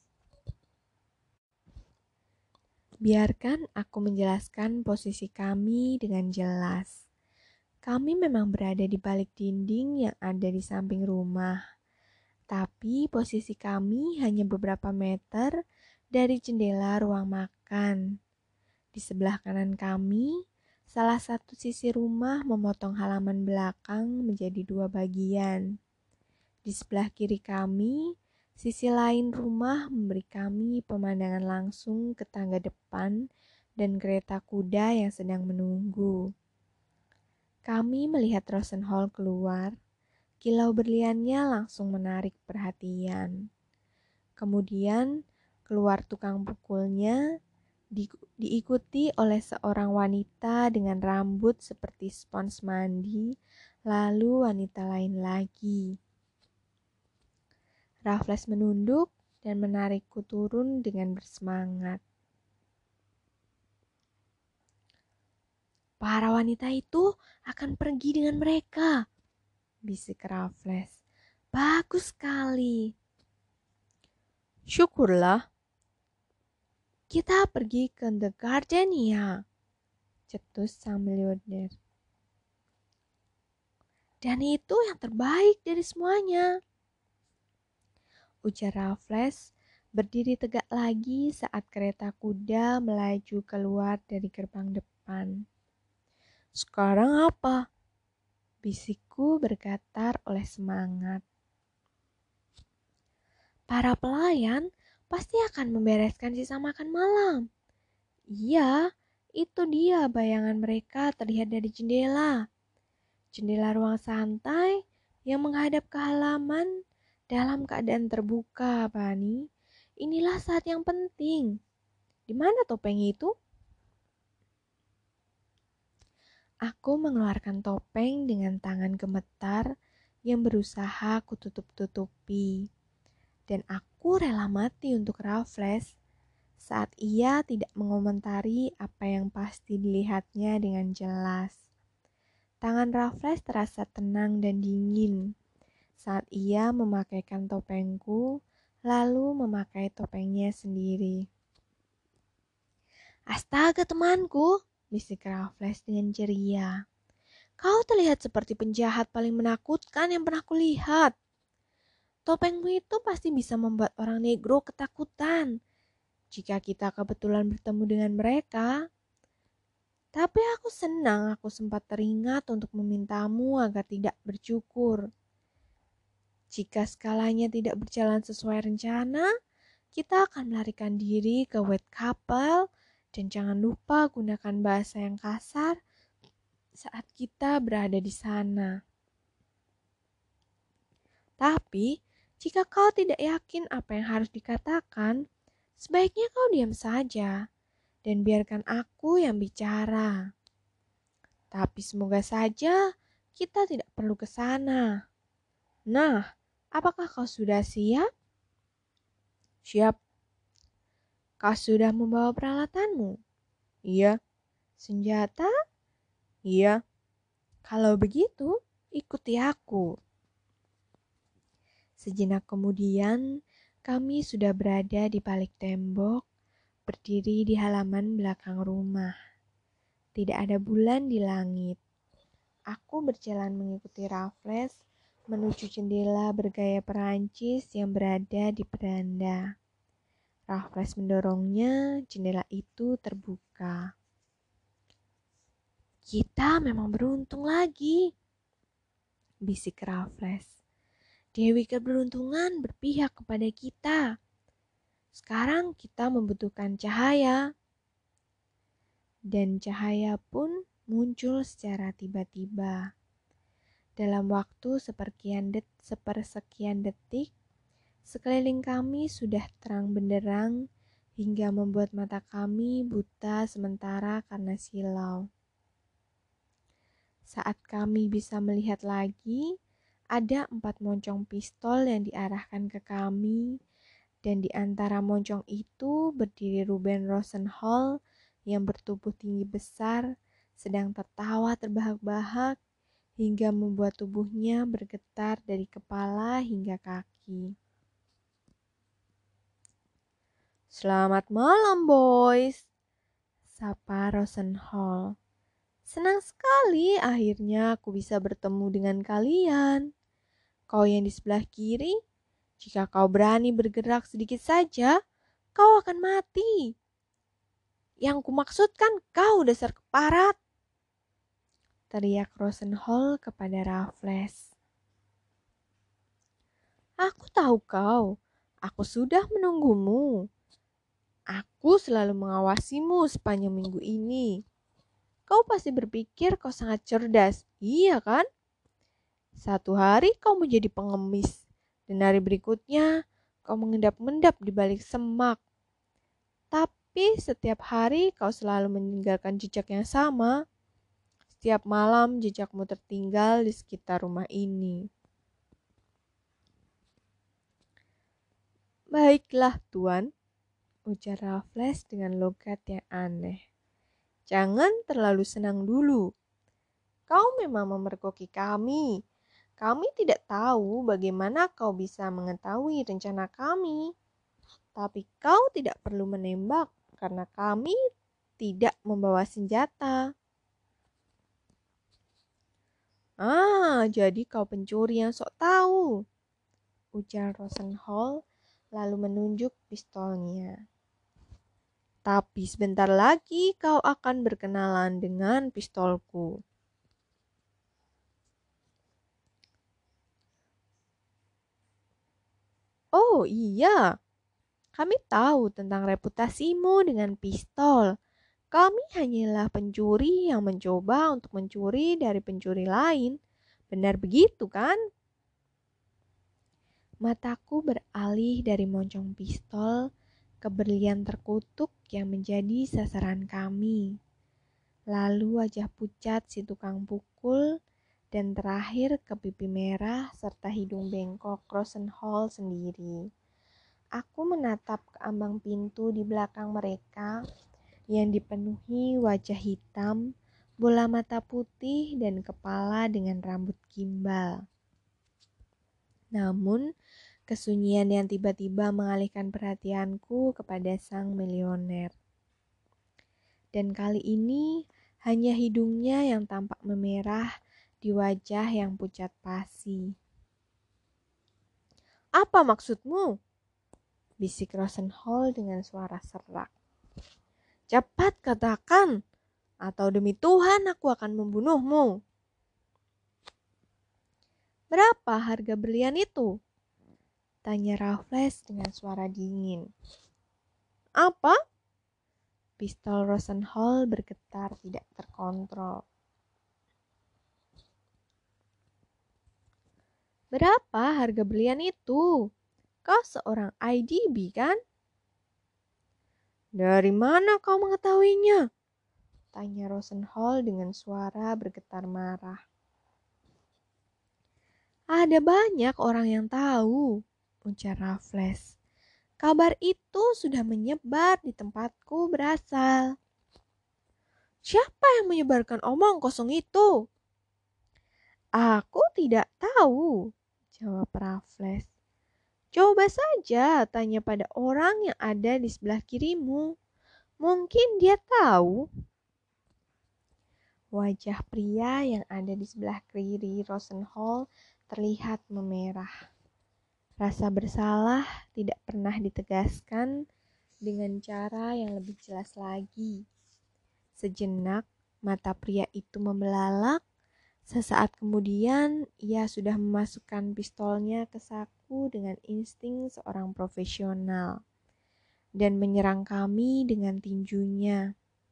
Biarkan aku menjelaskan posisi kami dengan jelas. Kami memang berada di balik dinding yang ada di samping rumah, tapi posisi kami hanya beberapa meter dari jendela ruang makan. Di sebelah kanan kami, salah satu sisi rumah memotong halaman belakang menjadi dua bagian. Di sebelah kiri kami, sisi lain rumah memberi kami pemandangan langsung ke tangga depan dan kereta kuda yang sedang menunggu. Kami melihat Rosenhall keluar, kilau berliannya langsung menarik perhatian. Kemudian keluar tukang pukulnya, di, diikuti oleh seorang wanita dengan rambut seperti spons mandi, lalu wanita lain lagi. Raffles menunduk dan menarikku turun dengan bersemangat. Para wanita itu akan pergi dengan mereka, bisik Raffles. Bagus sekali. Syukurlah. Kita pergi ke The Gardenia, cetus sang miliarder. Dan itu yang terbaik dari semuanya, ujar Raffles, berdiri tegak lagi saat kereta kuda melaju keluar dari gerbang depan. Sekarang apa? Bisikku bergetar oleh semangat. Para pelayan pasti akan membereskan sisa makan malam. Iya, itu dia bayangan mereka terlihat dari jendela. Jendela ruang santai yang menghadap ke halaman dalam keadaan terbuka, Bani. Inilah saat yang penting. Di mana topeng itu? Aku mengeluarkan topeng dengan tangan gemetar yang berusaha kututup-tutupi. Dan aku rela mati untuk Raffles saat ia tidak mengomentari apa yang pasti dilihatnya dengan jelas. Tangan Raffles terasa tenang dan dingin saat ia memakaikan topengku, lalu memakai topengnya sendiri. Astaga temanku, bisik Raffles dengan ceria. Kau terlihat seperti penjahat paling menakutkan yang pernah kulihat. Topengmu itu pasti bisa membuat orang negro ketakutan jika kita kebetulan bertemu dengan mereka. Tapi aku senang aku sempat teringat untuk memintamu agar tidak bercukur. Jika skalanya tidak berjalan sesuai rencana, kita akan melarikan diri ke Whitechapel dan jangan lupa gunakan bahasa yang kasar saat kita berada di sana. Tapi, jika kau tidak yakin apa yang harus dikatakan, sebaiknya kau diam saja dan biarkan aku yang bicara. Tapi semoga saja kita tidak perlu ke sana. Nah, apakah kau sudah siap? Siap. Kau sudah membawa peralatanmu? Iya. Senjata? Iya. Kalau begitu, ikuti aku. Sejenak kemudian, kami sudah berada di balik tembok, berdiri di halaman belakang rumah. Tidak ada bulan di langit. Aku berjalan mengikuti Raffles menuju jendela bergaya Perancis yang berada di beranda. Raffles mendorongnya, jendela itu terbuka. Kita memang beruntung lagi, bisik Raffles. Dewi keberuntungan berpihak kepada kita. Sekarang kita membutuhkan cahaya. Dan cahaya pun muncul secara tiba-tiba. Dalam waktu sepersekian det sepersekian detik, sekeliling kami sudah terang benderang hingga membuat mata kami buta sementara karena silau. Saat kami bisa melihat lagi, ada empat moncong pistol yang diarahkan ke kami, dan di antara moncong itu berdiri Ruben Rosenhall yang bertubuh tinggi besar, sedang tertawa terbahak-bahak hingga membuat tubuhnya bergetar dari kepala hingga kaki. Selamat malam, boys, sapa Rosenhall. Senang sekali akhirnya aku bisa bertemu dengan kalian. Kau yang di sebelah kiri, jika kau berani bergerak sedikit saja, kau akan mati. Yang kumaksudkan kau dasar keparat, teriak Rosenhall kepada Raffles. Aku tahu kau, aku sudah menunggumu. Aku selalu mengawasimu sepanjang minggu ini. Kau pasti berpikir kau sangat cerdas, iya kan? Satu hari kau menjadi pengemis, dan hari berikutnya kau mengendap-endap di balik semak. Tapi setiap hari kau selalu meninggalkan jejak yang sama. Setiap malam jejakmu tertinggal di sekitar rumah ini. Baiklah, Tuan, ujar Raffles dengan logat yang aneh. Jangan terlalu senang dulu. Kau memang memergoki kami. Kami tidak tahu bagaimana kau bisa mengetahui rencana kami. Tapi kau tidak perlu menembak karena kami tidak membawa senjata. Ah, jadi kau pencuri yang sok tahu, ujar Rosenhall lalu menunjuk pistolnya. Tapi sebentar lagi kau akan berkenalan dengan pistolku. Oh iya, kami tahu tentang reputasimu dengan pistol. Kami hanyalah pencuri yang mencoba untuk mencuri dari pencuri lain. Benar begitu kan? Mataku beralih dari moncong pistol ke berlian terkutuk yang menjadi sasaran kami. Lalu wajah pucat si tukang pukul, dan terakhir ke pipi merah serta hidung bengkok Rosenhall sendiri. Aku menatap ke ambang pintu di belakang mereka yang dipenuhi wajah hitam, bola mata putih, dan kepala dengan rambut gimbal. Namun, kesunyian yang tiba-tiba mengalihkan perhatianku kepada sang milioner. Dan kali ini hanya hidungnya yang tampak memerah di wajah yang pucat pasi. Apa maksudmu? Bisik Rosenhall dengan suara serak. Cepat katakan, atau demi Tuhan aku akan membunuhmu. Berapa harga berlian itu? Tanya Raffles dengan suara dingin. Apa? Pistol Rosenhall bergetar tidak terkontrol. Berapa harga berlian itu? Kau seorang I D B kan? Dari mana kau mengetahuinya? Tanya Rosenhall dengan suara bergetar marah. Ada banyak orang yang tahu, ujar Raffles. Kabar itu sudah menyebar di tempatku berasal. Siapa yang menyebarkan omong kosong itu? Aku tidak tahu, jawab Raffles. Coba saja tanya pada orang yang ada di sebelah kirimu. Mungkin dia tahu. Wajah pria yang ada di sebelah kiri Rosenhall terlihat memerah. Rasa bersalah tidak pernah ditegaskan dengan cara yang lebih jelas lagi. Sejenak mata pria itu membelalak. Sesaat kemudian, ia sudah memasukkan pistolnya ke saku dengan insting seorang profesional dan menyerang kami dengan tinjunya.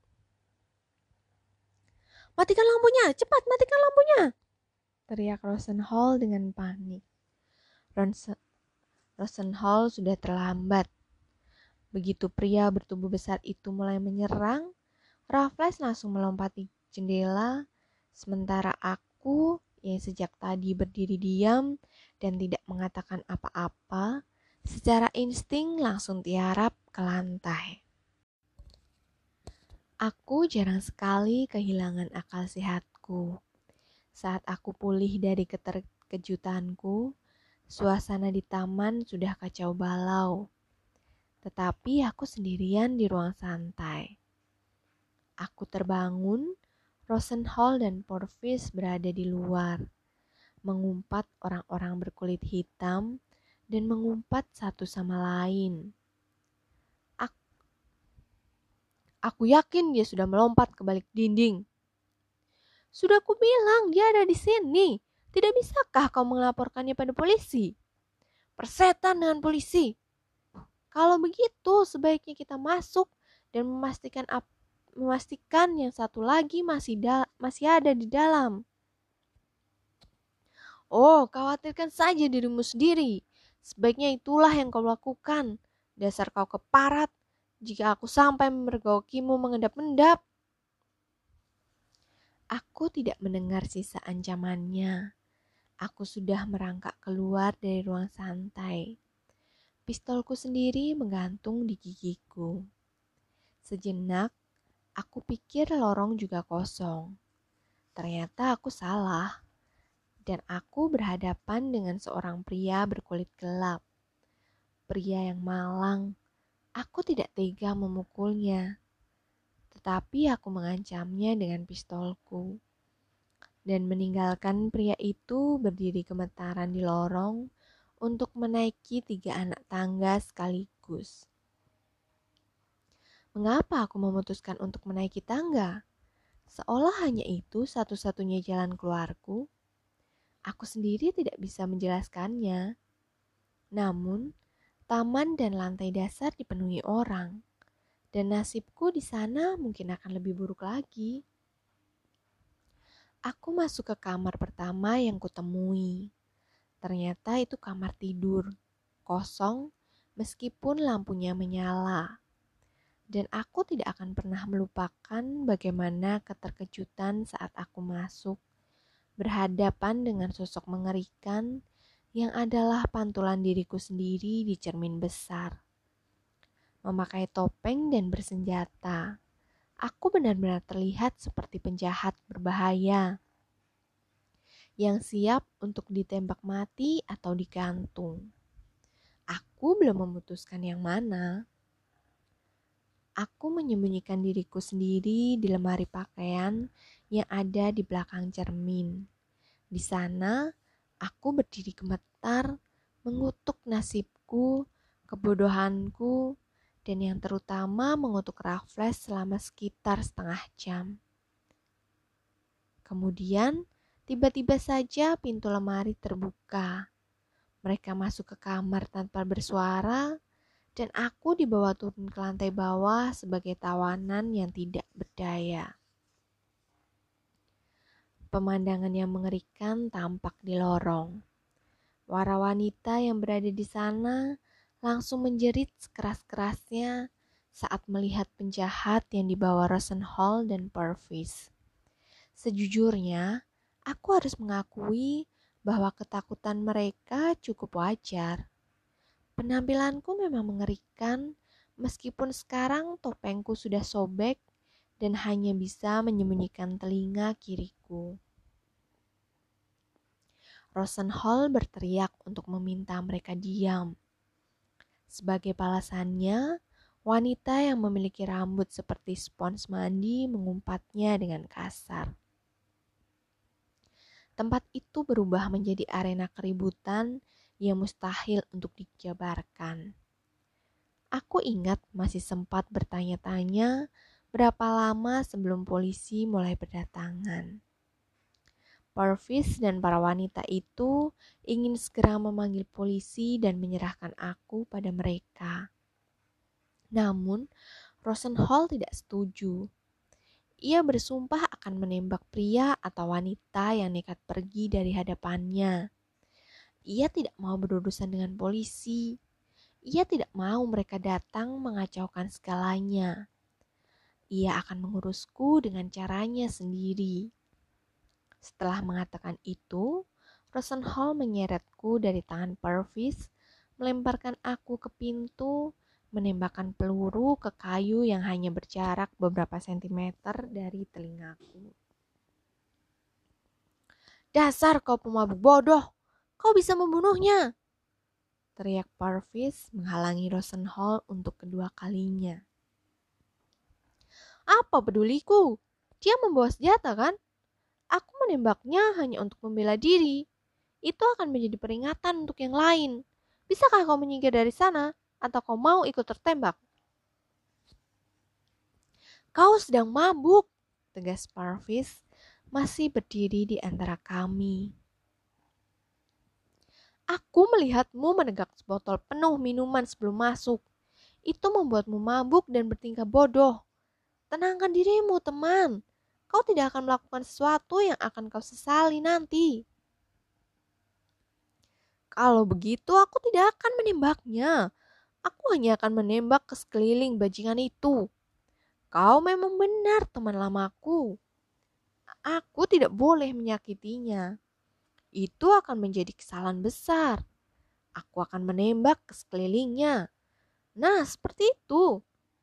Matikan lampunya, cepat matikan lampunya! Teriak Rosenhall dengan panik. Ronse- Rosenhall sudah terlambat. Begitu pria bertubuh besar itu mulai menyerang, Raffles langsung melompati jendela. Sementara aku yang sejak tadi berdiri diam dan tidak mengatakan apa-apa, secara insting langsung tiarap ke lantai. Aku jarang sekali kehilangan akal sehatku. Saat aku pulih dari keterkejutanku, suasana di taman sudah kacau balau. Tetapi aku sendirian di ruang santai. Aku terbangun. Rosenhall dan Purvis berada di luar, mengumpat orang-orang berkulit hitam dan mengumpat satu sama lain. Aku, aku yakin dia sudah melompat ke balik dinding. Sudah kubilang dia ada di sini. Tidak bisakah kau melaporkannya pada polisi? Persetan dengan polisi. Kalau begitu sebaiknya kita masuk dan memastikan apa memastikan yang satu lagi masih da- masih ada di dalam. Oh, khawatirkan saja dirimu sendiri. Sebaiknya itulah yang kau lakukan. Dasar kau keparat. Jika aku sampai memergokimu mengendap-endap. Aku tidak mendengar sisa ancamannya. Aku sudah merangkak keluar dari ruang santai. Pistolku sendiri menggantung di gigiku. Sejenak, aku pikir lorong juga kosong. Ternyata aku salah. Dan aku berhadapan dengan seorang pria berkulit gelap. Pria yang malang. Aku tidak tega memukulnya. Tetapi aku mengancamnya dengan pistolku. Dan meninggalkan pria itu berdiri gemetaran di lorong untuk menaiki tiga anak tangga sekaligus. Mengapa aku memutuskan untuk menaiki tangga? Seolah hanya itu satu-satunya jalan keluarku. Aku sendiri tidak bisa menjelaskannya. Namun, taman dan lantai dasar dipenuhi orang, dan nasibku di sana mungkin akan lebih buruk lagi. Aku masuk ke kamar pertama yang kutemui. Ternyata itu kamar tidur, kosong meskipun lampunya menyala. Dan aku tidak akan pernah melupakan bagaimana keterkejutan saat aku masuk, berhadapan dengan sosok mengerikan yang adalah pantulan diriku sendiri di cermin besar. Memakai topeng dan bersenjata, aku benar-benar terlihat seperti penjahat berbahaya yang siap untuk ditembak mati atau digantung. Aku belum memutuskan yang mana. Aku menyembunyikan diriku sendiri di lemari pakaian yang ada di belakang cermin. Di sana, aku berdiri gemetar, mengutuk nasibku, kebodohanku, dan yang terutama mengutuk Raffles selama sekitar setengah jam. Kemudian, tiba-tiba saja pintu lemari terbuka. Mereka masuk ke kamar tanpa bersuara, dan aku dibawa turun ke lantai bawah sebagai tawanan yang tidak berdaya. Pemandangan yang mengerikan tampak di lorong. Para wanita yang berada di sana langsung menjerit sekeras-kerasnya saat melihat penjahat yang dibawa Rosenhall dan Purvis. Sejujurnya, aku harus mengakui bahwa ketakutan mereka cukup wajar. Penampilanku memang mengerikan, meskipun sekarang topengku sudah sobek dan hanya bisa menyembunyikan telinga kiriku. Rosenhall berteriak untuk meminta mereka diam. Sebagai balasannya, wanita yang memiliki rambut seperti spons mandi mengumpatnya dengan kasar. Tempat itu berubah menjadi arena keributan yang mustahil untuk dijabarkan. Aku ingat masih sempat bertanya-tanya berapa lama sebelum polisi mulai berdatangan. Purvis dan para wanita itu ingin segera memanggil polisi dan menyerahkan aku pada mereka. Namun, Rosenhall tidak setuju. Ia bersumpah akan menembak pria atau wanita yang nekat pergi dari hadapannya. Ia tidak mau berurusan dengan polisi. Ia tidak mau mereka datang mengacaukan segalanya. Ia akan mengurusku dengan caranya sendiri. Setelah mengatakan itu, Rosenhall menyeretku dari tangan Purvis, melemparkan aku ke pintu, menembakkan peluru ke kayu yang hanya berjarak beberapa sentimeter dari telingaku. "Dasar kau pemabuk bodoh, kau bisa membunuhnya!" teriak Purvis menghalangi Rosenhall untuk kedua kalinya. "Apa peduliku? Dia membawa senjata kan? Aku menembaknya hanya untuk membela diri. Itu akan menjadi peringatan untuk yang lain. Bisakah kau menyingkir dari sana? Atau kau mau ikut tertembak?" "Kau sedang mabuk," tegas Purvis, masih berdiri di antara kami. "Aku melihatmu menegak sebotol penuh minuman sebelum masuk. Itu membuatmu mabuk dan bertingkah bodoh. Tenangkan dirimu, teman. Kau tidak akan melakukan sesuatu yang akan kau sesali nanti." "Kalau begitu aku tidak akan menembaknya. Aku hanya akan menembak ke sekeliling bajingan itu." "Kau memang benar teman lamaku. Aku tidak boleh menyakitinya. Itu akan menjadi kesalahan besar. Aku akan menembak ke sekelilingnya. Nah, seperti itu."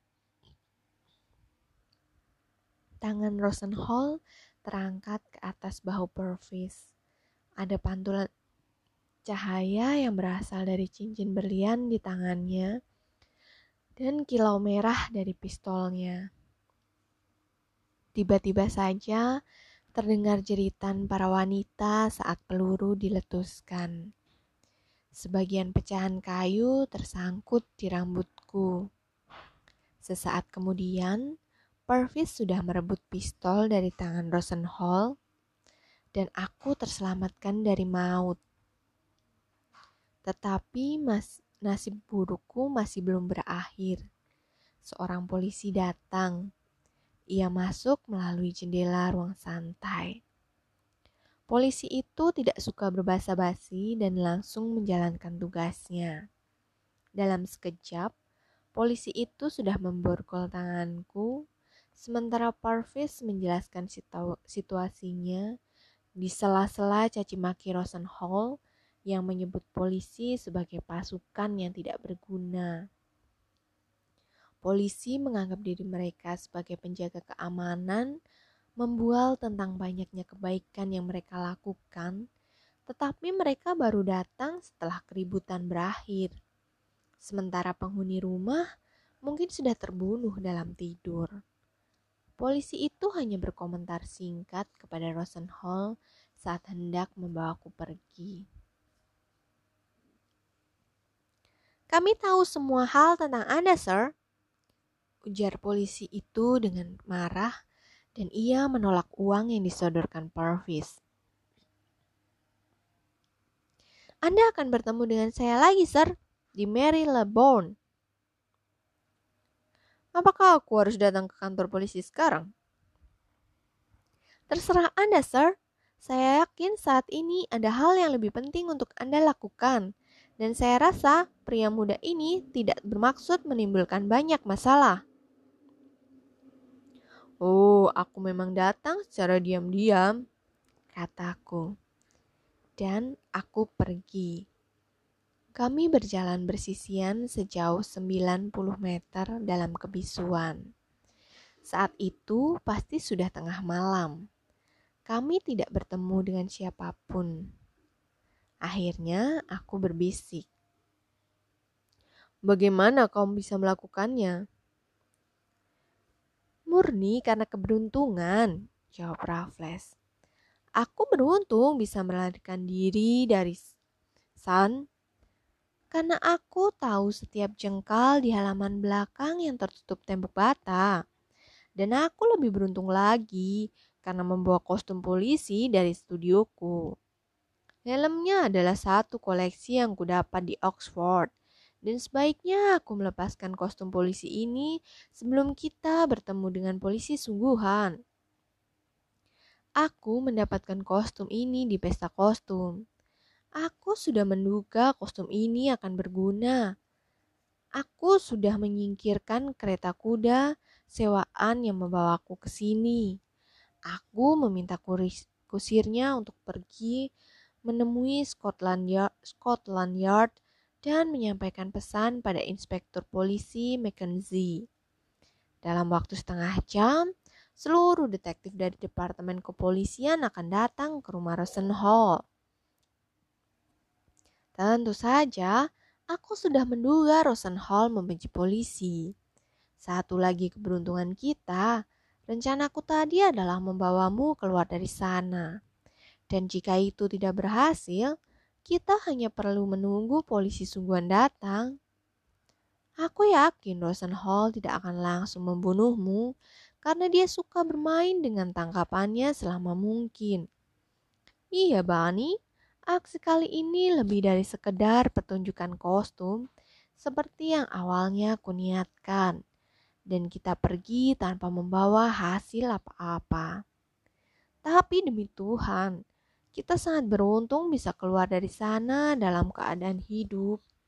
Tangan Rosenhall terangkat ke atas bahu Purvis. Ada pantulan cahaya yang berasal dari cincin berlian di tangannya dan kilau merah dari pistolnya. Tiba-tiba saja terdengar jeritan para wanita saat peluru diletuskan. Sebagian pecahan kayu tersangkut di rambutku. Sesaat kemudian, Purvis sudah merebut pistol dari tangan Rosenhall dan aku terselamatkan dari maut. Tetapi mas, nasib burukku masih belum berakhir. Seorang polisi datang. Ia masuk melalui jendela ruang santai. Polisi itu tidak suka berbasa-basi dan langsung menjalankan tugasnya. Dalam sekejap, polisi itu sudah memborgol tanganku, sementara Purvis menjelaskan situ- situasinya di sela-sela caci maki Rosenhall yang menyebut polisi sebagai pasukan yang tidak berguna. Polisi menganggap diri mereka sebagai penjaga keamanan, membual tentang banyaknya kebaikan yang mereka lakukan, tetapi mereka baru datang setelah keributan berakhir. Sementara penghuni rumah mungkin sudah terbunuh dalam tidur. Polisi itu hanya berkomentar singkat kepada Rosenhall saat hendak membawaku pergi. "Kami tahu semua hal tentang Anda, Sir," ujar polisi itu dengan marah, dan ia menolak uang yang disodorkan Purvis. "Anda akan bertemu dengan saya lagi, Sir, di Marylebone." "Apakah aku harus datang ke kantor polisi sekarang?" "Terserah Anda, Sir. Saya yakin saat ini ada hal yang lebih penting untuk Anda lakukan. Dan saya rasa pria muda ini tidak bermaksud menimbulkan banyak masalah. Oh, aku memang datang secara diam-diam, kataku. Dan aku pergi. Kami berjalan bersisian sejauh sembilan puluh meter dalam kebisuan. Saat itu pasti sudah tengah malam. Kami tidak bertemu dengan siapapun. Akhirnya aku berbisik. Bagaimana kamu bisa melakukannya? Murni karena keberuntungan, jawab Raffles. Aku beruntung bisa melarikan diri dari Sun karena aku tahu setiap jengkal di halaman belakang yang tertutup tembok bata. Dan aku lebih beruntung lagi karena membawa kostum polisi dari studioku. Helmnya adalah satu koleksi yang kudapat di Oxford. Dan sebaiknya aku melepaskan kostum polisi ini sebelum kita bertemu dengan polisi sungguhan. Aku mendapatkan kostum ini di pesta kostum. Aku sudah menduga kostum ini akan berguna. Aku sudah menyingkirkan kereta kuda sewaan yang membawaku ke sini. Aku meminta kusirnya untuk pergi menemui Scotland Yard, Scotland Yard dan menyampaikan pesan pada Inspektur Polisi Mackenzie. Dalam waktu setengah jam, seluruh detektif dari Departemen Kepolisian akan datang ke rumah Rosenhall. Tentu saja, aku sudah menduga Rosenhall membenci polisi. Satu lagi keberuntungan kita, rencanaku tadi adalah membawamu keluar dari sana. Dan jika itu tidak berhasil, kita hanya perlu menunggu polisi sungguhan datang. Aku yakin Rosenhall tidak akan langsung membunuhmu karena dia suka bermain dengan tangkapannya selama mungkin. Iya, Bunny, aksi kali ini lebih dari sekedar pertunjukan kostum seperti yang awalnya aku niatkan. Dan kita pergi tanpa membawa hasil apa-apa. Tapi demi Tuhan, kita sangat beruntung bisa keluar dari sana dalam keadaan hidup.